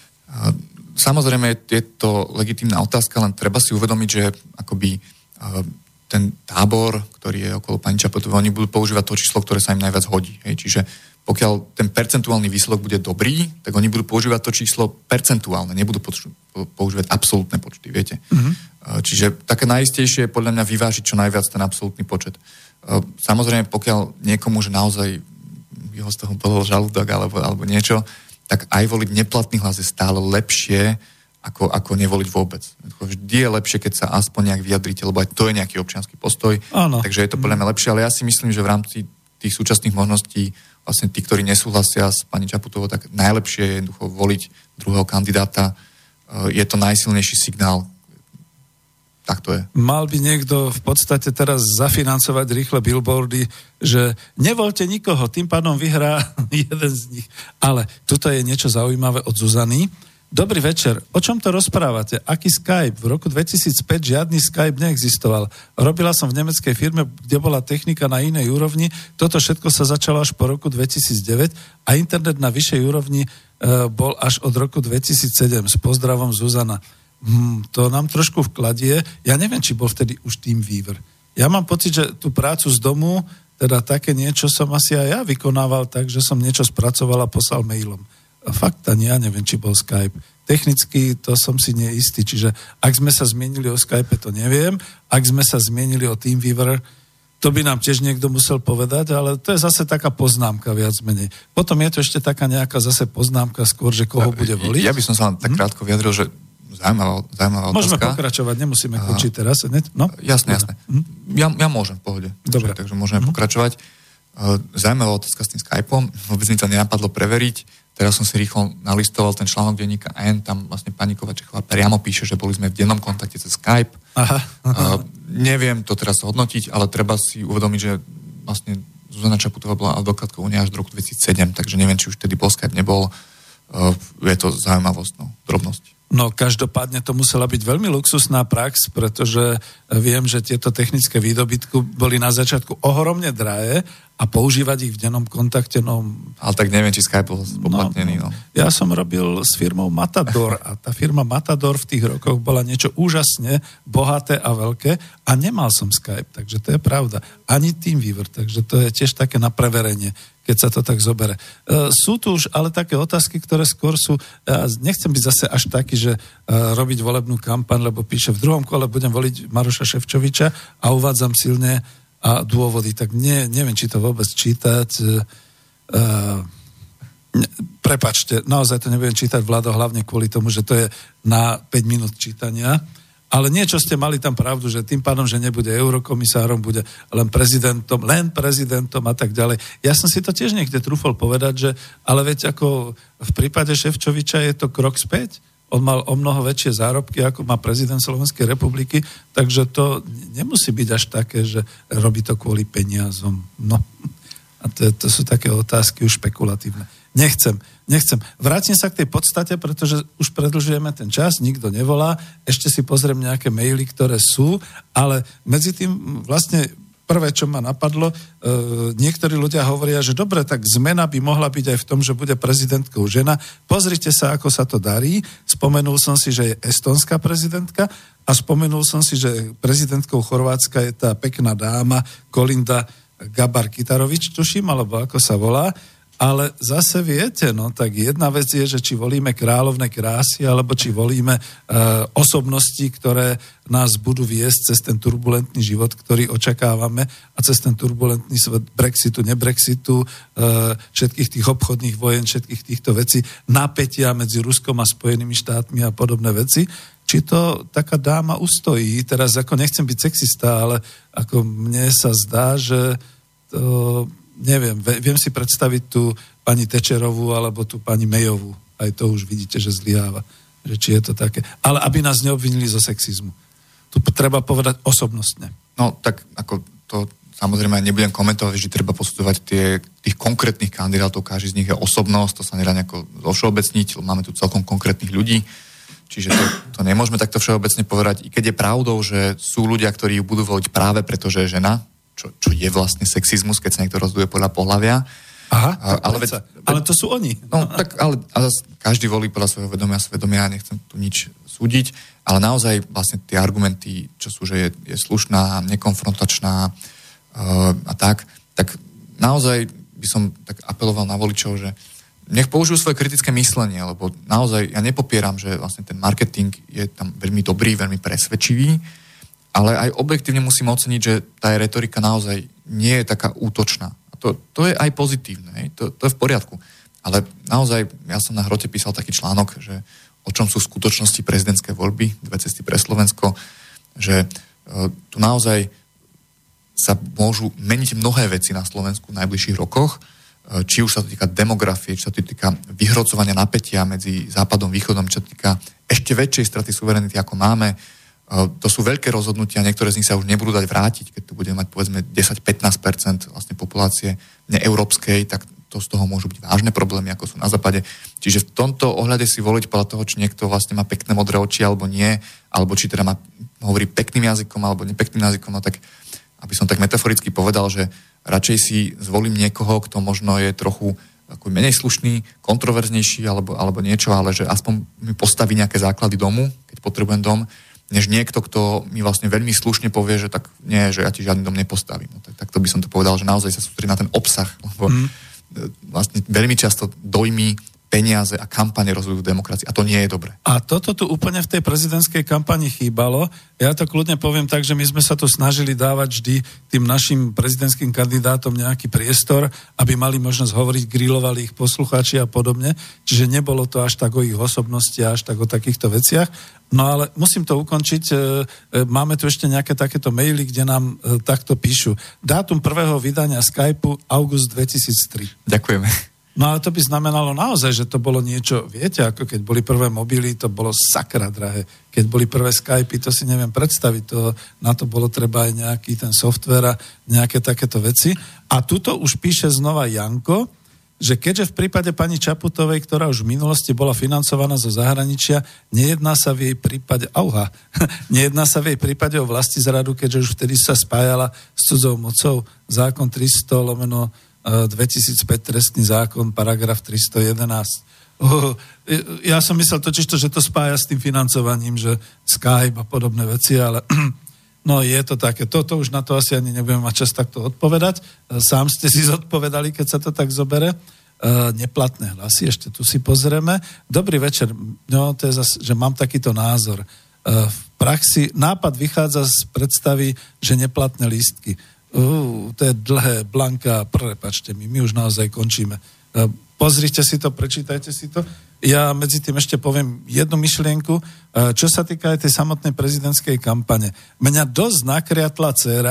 Samozrejme, je to legitímna otázka, len treba si uvedomiť, že akoby ten tábor, ktorý je okolo pani Čaputovej, oni budú používať to číslo, ktoré sa im najviac hodí. Hej. Čiže pokiaľ ten percentuálny výsledok bude dobrý, tak oni budú používať to číslo percentuálne, nebudú poču- používať absolútne počty, viete. Mm-hmm. Čiže také najistejšie je podľa mňa vyvážiť čo najviac ten absolútny počet. Samozrejme, pokiaľ niekomu, že naozaj jeho z toho bolel žalúdok alebo, alebo niečo, tak aj voliť neplatný hlas je stále lepšie, ako, ako nevoliť vôbec. Vždy je lepšie, keď sa aspoň nejak vyjadríte, lebo aj to je nejaký občiansky postoj. Áno. Takže je to podľa mňa lepšie, ale ja si myslím, že v rámci tých súčasných možností vlastne tí, ktorí nesúhlasia s pani Čaputovou, tak najlepšie je jednoducho voliť druhého kandidáta. Je to najsilnejší signál. Tak to je. Mal by niekto v podstate teraz zafinancovať rýchle billboardy, že nevoľte nikoho, tým pádom vyhrá jeden z nich. Ale tuto je niečo zaujímavé od Zuzany. Dobrý večer. O čom to rozprávate? Aký Skype? V roku dvetisícpäť žiadny Skype neexistoval. Robila som v nemeckej firme, kde bola technika na inej úrovni. Toto všetko sa začalo až po roku dvetisícdeväť a internet na vyššej úrovni e, bol až od roku dvetisícsedem. S pozdravom Zuzana. Hmm, to nám trošku vkladie. Ja neviem, či bol vtedy už TeamViewer. Ja mám pocit, že tú prácu z domu, teda také niečo som asi aj ja vykonával tak, že som niečo spracoval a poslal mailom. Fakt, ani ja neviem, či bol Skype. Technicky to som si neistý, čiže ak sme sa zmienili o Skype, to neviem. Ak sme sa zmienili o TeamViewer, to by nám tiež niekto musel povedať, ale to je zase taká poznámka viac menej. Potom je to ešte taká nejaká zase poznámka skôr, že koho bude voliť. Ja by som sa tak krátko vyjadril, že zaujímavá, zaujímavá otázka. Môžeme pokračovať, nemusíme končiť teraz. No? Jasné, jasné. Ja, ja môžem v pohode. Dobre. Takže môžeme mm. pokračovať. Zaujímavá otázka s tým Skypeom. Vôbec mi to nenapadlo preveriť. Teraz som si rýchlo nalistoval ten článok denníka N, tam vlastne pani Kovačechová priamo píše, že boli sme v dennom kontakte cez Skype. Aha, aha. Uh, neviem to teraz hodnotiť, ale treba si uvedomiť, že vlastne Zuzana Čaputová bola advokátkou Únie až do roku dvetisícsedem, takže neviem, či už vtedy bol Skype, nebol. Uh, je to zaujímavosť, no, drobnosť. No každopádne to musela byť veľmi luxusná prax, pretože viem, že tieto technické výdobytky boli na začiatku ohromne drahé a používať ich v dennom kontakte, no... Ale tak neviem, či Skype bol spoplatnený, no, no. Ja som robil s firmou Matador a tá firma Matador v tých rokoch bola niečo úžasne bohaté a veľké a nemal som Skype, takže to je pravda. Ani TeamViewer, takže to je tiež také na preverenie, keď sa to tak zobere. E, sú tu už ale také otázky, ktoré skôr sú... E, nechcem byť zase až taký, že e, robiť volebnú kampaň, lebo píše, v druhom kole budem voliť Maroša Šefčoviča a uvádzam silne a dôvody. Tak nie, neviem, či to vôbec čítať. E, ne, prepačte, naozaj to nebudem čítať, Vlado, hlavne kvôli tomu, že to je na päť minút čítania. Ale niečo ste mali tam pravdu, že tým pádom, že nebude eurokomisárom, bude len prezidentom, len prezidentom a tak ďalej. Ja som si to tiež niekde trúfol povedať, že ale veď ako v prípade Šefčoviča je to krok späť, on mal o mnoho väčšie zárobky, ako má prezident Slovenskej republiky, takže to nemusí byť až také, že robí to kvôli peniazom. No, a to, to sú také otázky už špekulatívne. Nechcem, nechcem. Vrátim sa k tej podstate, pretože už predĺžujeme ten čas, nikto nevolá, ešte si pozriem nejaké maily, ktoré sú, ale medzi tým vlastne prvé, čo ma napadlo, e, niektorí ľudia hovoria, že dobre, tak zmena by mohla byť aj v tom, že bude prezidentkou žena. Pozrite sa, ako sa to darí. Spomenul som si, že je estonská prezidentka a spomenul som si, že prezidentkou Chorvátska je tá pekná dáma Kolinda Gabar-Kitarovič, tuším, alebo ako sa volá. Ale zase viete, no tak jedna vec je, že či volíme kráľovné krásy, alebo či volíme e, osobnosti, ktoré nás budú viesť cez ten turbulentný život, ktorý očakávame a cez ten turbulentný svet Brexitu, nebrexitu, e, všetkých tých obchodných vojen, všetkých týchto vecí, napätia medzi Ruskom a Spojenými štátmi a podobné veci. Či to taká dáma ustojí. Teraz ako nechcem byť sexista, ale ako mne sa zdá, že to... Neviem, viem si predstaviť tú pani Tečerovú alebo tú pani Mayovú. Aj to už vidíte, že zlyháva. Že či je to také. Ale aby nás neobvinili zo sexizmu. Tu treba povedať osobnostne. No tak ako to samozrejme nebudem komentovať, že treba posudzovať tie, tých konkrétnych kandidátov, každý z nich je osobnosť, to sa nedá nejako zovšeobecniť, máme tu celkom konkrétnych ľudí, čiže to, to nemôžeme takto všeobecne povedať. I keď je pravdou, že sú ľudia, ktorí ju budú voliť práve preto, že je žena, Čo, čo je vlastne sexizmus, keď sa niekto rozduje podľa pohlavia. Aha, a, ale, veď, ale to sú oni. No tak, ale, ale každý volí podľa svojho vedomia, svedomia, nechcem tu nič súdiť, ale naozaj vlastne tie argumenty, čo sú, že je, je slušná, nekonfrontačná uh, a tak, tak naozaj by som tak apeloval na voličov, že nech použijú svoje kritické myslenie, lebo naozaj ja nepopieram, že vlastne ten marketing je tam veľmi dobrý, veľmi presvedčivý, ale aj objektívne musím oceniť, že tá retorika naozaj nie je taká útočná. A to, to je aj pozitívne, to, to je v poriadku. Ale naozaj, ja som na Hrote písal taký článok, že o čom sú v skutočnosti prezidentské voľby, dve cesty pre Slovensko, že e, tu naozaj sa môžu meniť mnohé veci na Slovensku v najbližších rokoch, e, či už sa to týka demografie, či sa to týka vyhrocovania napätia medzi západom a východom, čo sa týka ešte väčšej straty suverenity, ako máme. To sú veľké rozhodnutia, niektoré z nich sa už nebudú dať vrátiť, keď tu budeme mať povedzme desať až pätnásť percent vlastne populácie neeurópskej, tak to z toho môžu byť vážne problémy, ako sú na západe. Čiže v tomto ohľade si voliť podľa toho, či niekto vlastne má pekné modré oči alebo nie, alebo či teda má, hovorí pekným jazykom alebo nepekným jazykom, no tak aby som tak metaforicky povedal, že radšej si zvolím niekoho, kto možno je trochu ako menej slušný, kontroverznejší alebo, alebo niečo, ale že aspoň mi postaví nejaké základy domu, keď potrebujem dom, než niekto, kto mi vlastne veľmi slušne povie, že tak nie, že ja ti žiadny dom nepostavím. No, tak, tak to by som to povedal, že naozaj sa sústredí na ten obsah, lebo mm. vlastne veľmi často dojmy, peniaze a kampane rozhodujú demokracii a to nie je dobré. A toto tu úplne v tej prezidentskej kampani chýbalo. Ja to kľudne poviem tak, že my sme sa tu snažili dávať vždy tým našim prezidentským kandidátom nejaký priestor, aby mali možnosť hovoriť, grilovali ich poslucháči a podobne. Čiže nebolo to až tak o ich osobnosti, až tak o takýchto veciach. No ale musím to ukončiť. Máme tu ešte nejaké takéto maily, kde nám takto píšu. Dátum prvého vydania Skypeu august dvetisíctri. Ďakujeme. No ale to by znamenalo naozaj, že to bolo niečo, viete, ako keď boli prvé mobily, to bolo sakra drahé. Keď boli prvé Skypey, to si neviem predstaviť, to, na to bolo treba aj nejaký ten software a nejaké takéto veci. A tuto už píše znova Janko, že keďže v prípade pani Čaputovej, ktorá už v minulosti bola financovaná zo zahraničia, nejedná sa v jej prípade, auha, nejedná sa v jej prípade o vlastizradu, keďže už vtedy sa spájala s cudzou mocou, zákon tristo lomeno dvetisícpäť trestný zákon, paragraf tristo jedenásť. Oh, ja som myslel totiž to, že to spája s tým financovaním, že Skype a podobné veci, ale no je to také. Toto už na to asi ani nebudem mať čas takto odpovedať. Sám ste si zodpovedali, keď sa to tak zobere. Uh, neplatné hlasy, ešte tu si pozrieme. Dobrý večer. No, to je zase, že mám takýto názor. Uh, v praxi nápad vychádza z predstavy, že neplatné lístky. Uh, to je dlhé, Blanka, prepačte mi, my už naozaj končíme. Uh, pozrite si to, prečítajte si to. Ja medzi tým ešte poviem jednu myšlienku, uh, čo sa týka aj tej samotnej prezidentskej kampane. Mňa dosť nakriatla dcéra,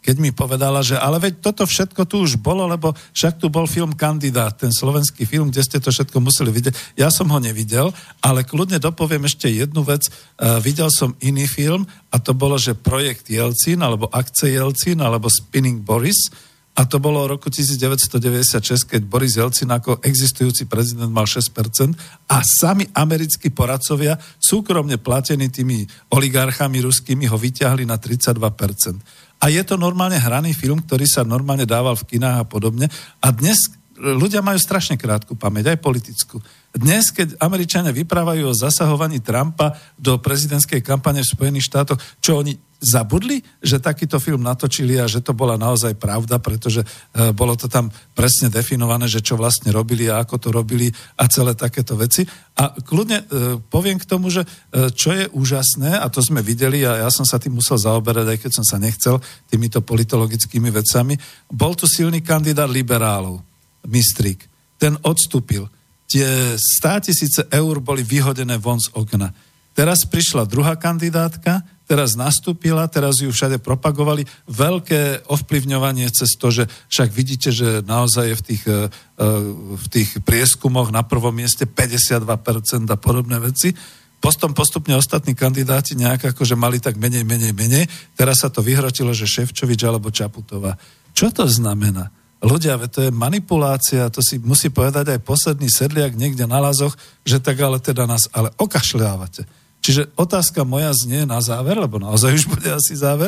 keď mi povedala, že ale veď toto všetko tu už bolo, lebo však tu bol film Kandidát, ten slovenský film, kde ste to všetko museli vidieť. Ja som ho nevidel, ale kľudne dopoviem ešte jednu vec. Uh, videl som iný film a to bolo, že Projekt Jelcin, alebo Akce Jelcin, alebo Spinning Boris. A to bolo v roku devätnásťstodeväťdesiatšesť, keď Boris Jelcin ako existujúci prezident mal šesť percent a sami americkí poradcovia, súkromne platení tými oligarchami ruskými, ho vyťahli na tridsaťdva percent. A je to normálne hraný film, ktorý sa normálne dával v kinách a podobne. A dnes ľudia majú strašne krátku pamäť, aj politickú. Dnes, keď Američania vyprávajú o zasahovaní Trumpa do prezidentskej kampane v Spojených štátoch, čo oni zabudli, že takýto film natočili a že to bola naozaj pravda, pretože e, bolo to tam presne definované, že čo vlastne robili a ako to robili a celé takéto veci. A kľudne e, poviem k tomu, že e, čo je úžasné, a to sme videli a ja som sa tým musel zaoberať, aj keď som sa nechcel týmito politologickými vecami, bol tu silný kandidát liberálov, Mistrík. Ten odstúpil. Tie státisíce eur boli vyhodené von z okna. Teraz prišla druhá kandidátka, teraz nastúpila, teraz ju všade propagovali. Veľké ovplyvňovanie cez to, že však vidíte, že naozaj je v tých, v tých prieskumoch na prvom mieste päťdesiatdva percent a podobné veci. Postom postupne ostatní kandidáti nejak akože mali tak menej, menej, menej. Teraz sa to vyhrotilo, že Šefčovič alebo Čaputová. Čo to znamená? Ľudia, to je manipulácia, to si musí povedať aj posledný sedliak niekde na lazoch, že tak ale teda nás ale okašľávate. Čiže otázka moja znie na záver, lebo naozaj už bude asi záver.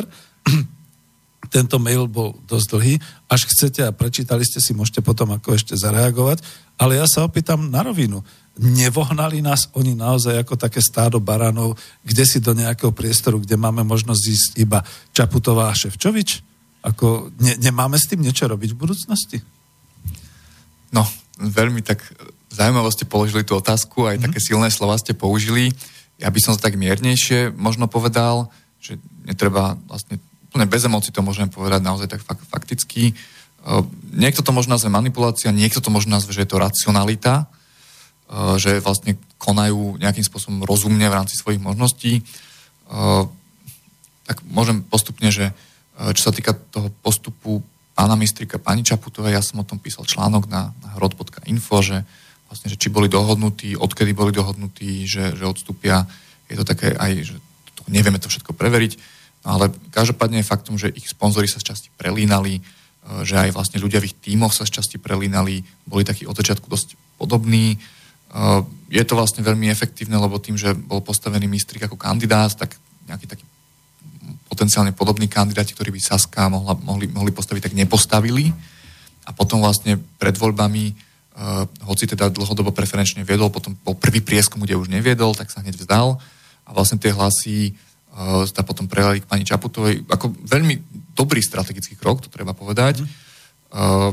Tento mail bol dosť dlhý. Až chcete a prečítali ste si, môžete potom ako ešte zareagovať. Ale ja sa opýtam na rovinu. Nevohnali nás oni naozaj ako také stádo baranov, kde si do nejakého priestoru, kde máme možnosť ísť iba Čaputová a Šefčovič? Ako, ne, nemáme s tým niečo robiť v budúcnosti? No, veľmi tak zaujímavo ste položili tú otázku, aj mm. také silné slova ste použili. Ja by som sa tak miernejšie možno povedal, že netreba vlastne úplne bez emócií to môžeme povedať naozaj tak fakticky. Niekto to môže nazvať manipulácia, niekto to môže nazvať, že je to racionalita, že vlastne konajú nejakým spôsobom rozumne v rámci svojich možností. Tak môžem postupne, že čo sa týka toho postupu pána Mistríka, pani Čaputovej, ja som o tom písal článok na, na hrod bodka info, že vlastne, že či boli dohodnutí, odkedy boli dohodnutí, že, že odstúpia. Je to také aj, že to, nevieme to všetko preveriť, no ale každopádne je faktom, že ich sponzori sa z časti prelínali, že aj vlastne ľudia v ich tímoch sa z časti prelínali, boli takí od začiatku dosť podobní. Je to vlastne veľmi efektívne, lebo tým, že bol postavený Mistrík ako kandidát, tak nejaký taký potenciálne podobní kandidáti, ktorí by Saska mohla, mohli, mohli postaviť, tak nepostavili. A potom vlastne pred voľbami, uh, hoci teda dlhodobo preferenčne viedol, potom bol prvý prieskum, kde už neviedol, tak sa hneď vzdal. A vlastne tie hlasy uh, sa potom prelali k pani Čaputovej. Ako veľmi dobrý strategický krok, to treba povedať. Mm. Uh,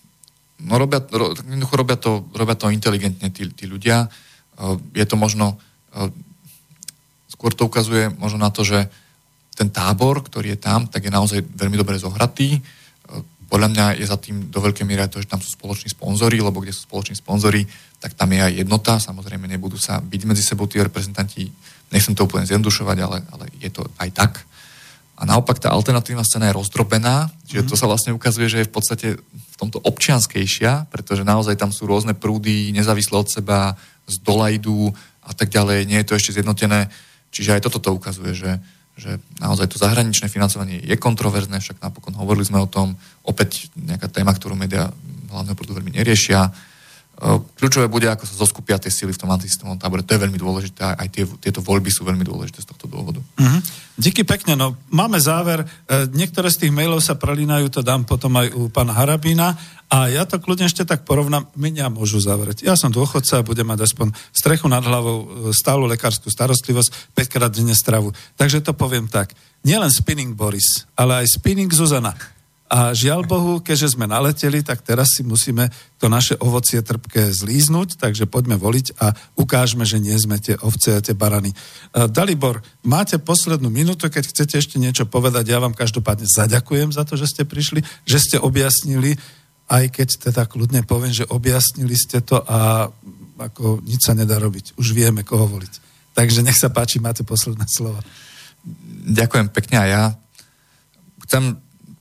no robia, ro, robia, to, robia to inteligentne tí, tí ľudia. Uh, je to možno... Uh, skôr to ukazuje možno na to, že ten tábor, ktorý je tam, tak je naozaj veľmi dobre zohratý. Podľa mňa je za tým do veľkej miery to, že tam sú spoloční sponzori, lebo kde sú spoloční sponzori, tak tam je aj jednota. Samozrejme, nebudú sa byť medzi sebou tí reprezentanti. Nechcem to úplne zjednodušovať, ale, ale je to aj tak. A naopak tá alternatívna scéna je rozdrobená, čiže mm. to sa vlastne ukazuje, že je v podstate v tomto občianskejšia, pretože naozaj tam sú rôzne prúdy, nezávisle od seba, z dola idú a tak ďalej. Nie je to ešte zjednotené. Čiže aj toto to ukazuje, že že naozaj to zahraničné financovanie je kontroverzné, však napokon hovorili sme o tom, opäť nejaká téma, ktorú médiá hlavného prúdu veľmi neriešia. Kľúčové bude, ako sa zoskupia tie síly v tom antisystémovom tábore. To je veľmi dôležité. Aj tie, tieto voľby sú veľmi dôležité z tohto dôvodu. Mm-hmm. Díky pekne. No, máme záver. Niektoré z tých mailov sa prelínajú, to dám potom aj u pána Harabína. A ja to kľudne ešte tak porovnám. Mňa môžu zavrieť. Ja som dôchodca a budem mať aspoň strechu nad hlavou, stálu lekárskú starostlivosť, päťkrát denne stravu. Takže to poviem tak. Nielen spinning Boris, ale aj spinning Zuzana. A žiaľ Bohu, keďže sme naleteli, tak teraz si musíme to naše ovocie trpké zlíznuť, takže poďme voliť a ukážme, že nie sme tie ovce a tie barany. Dalibor, máte poslednú minútu, keď chcete ešte niečo povedať, ja vám každopádne zaďakujem za to, že ste prišli, že ste objasnili, aj keď teda kľudne poviem, že objasnili ste to a ako nič sa nedá robiť. Už vieme, koho voliť. Takže nech sa páči, máte posledné slovo. Ďakujem pekne a ja chcem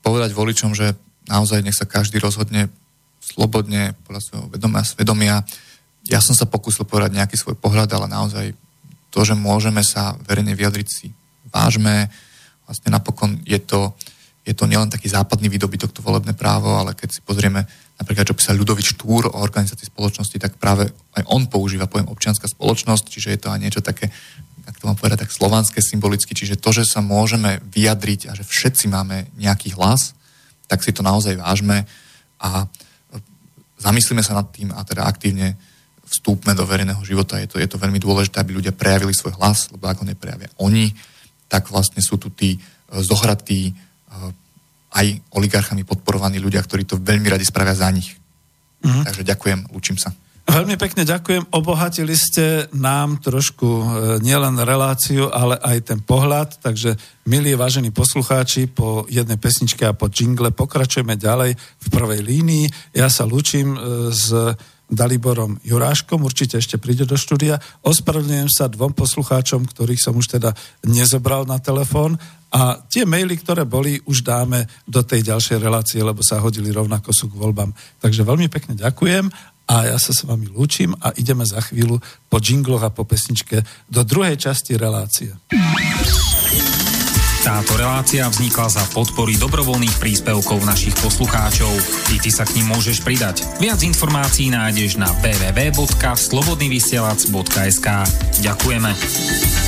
povedať voličom, že naozaj nech sa každý rozhodne slobodne, podľa svojho vedomia, svedomia. Ja som sa pokúsil povedať nejaký svoj pohľad, ale naozaj to, že môžeme sa verejne vyjadriť, si vážme. Vlastne napokon je to, je to nielen taký západný výdobytok, to volebné právo, ale keď si pozrieme napríklad, čo písal Ľudovít Štúr o organizácii spoločnosti, tak práve aj on používa pojem občianska spoločnosť, čiže je to aj niečo také, ak to mám povedať, tak slovanské symbolicky, čiže to, že sa môžeme vyjadriť a že všetci máme nejaký hlas, tak si to naozaj vážme a zamyslíme sa nad tým a teda aktívne vstúpme do verejného života. Je to, je to veľmi dôležité, aby ľudia prejavili svoj hlas, lebo ak ho neprejavia oni, tak vlastne sú tu tí zohratí aj oligarchami podporovaní ľudia, ktorí to veľmi radi spravia za nich. Mhm. Takže ďakujem, lúčim sa. Veľmi pekne ďakujem. Obohatili ste nám trošku nielen reláciu, ale aj ten pohľad. Takže, milí vážení poslucháči, po jednej pesničke a po jingle pokračujeme ďalej v prvej línii. Ja sa lúčim s Daliborom Juráškom, určite ešte príde do štúdia. Ospravedlňujem sa dvom poslucháčom, ktorých som už teda nezobral na telefón. A tie maily, ktoré boli, už dáme do tej ďalšej relácie, lebo sa hodili rovnako sú k voľbám. Takže veľmi pekne ďakujem a ja sa s vami lúčim a ideme za chvíľu po džingloch a po pesničke do druhej časti relácie. Táto relácia vznikla za podpory dobrovoľných príspevkov našich poslucháčov. I ty sa k nim môžeš pridať. Viac informácií nájdeš na w w w bodka slobodnyvysielac bodka es ka. Ďakujeme.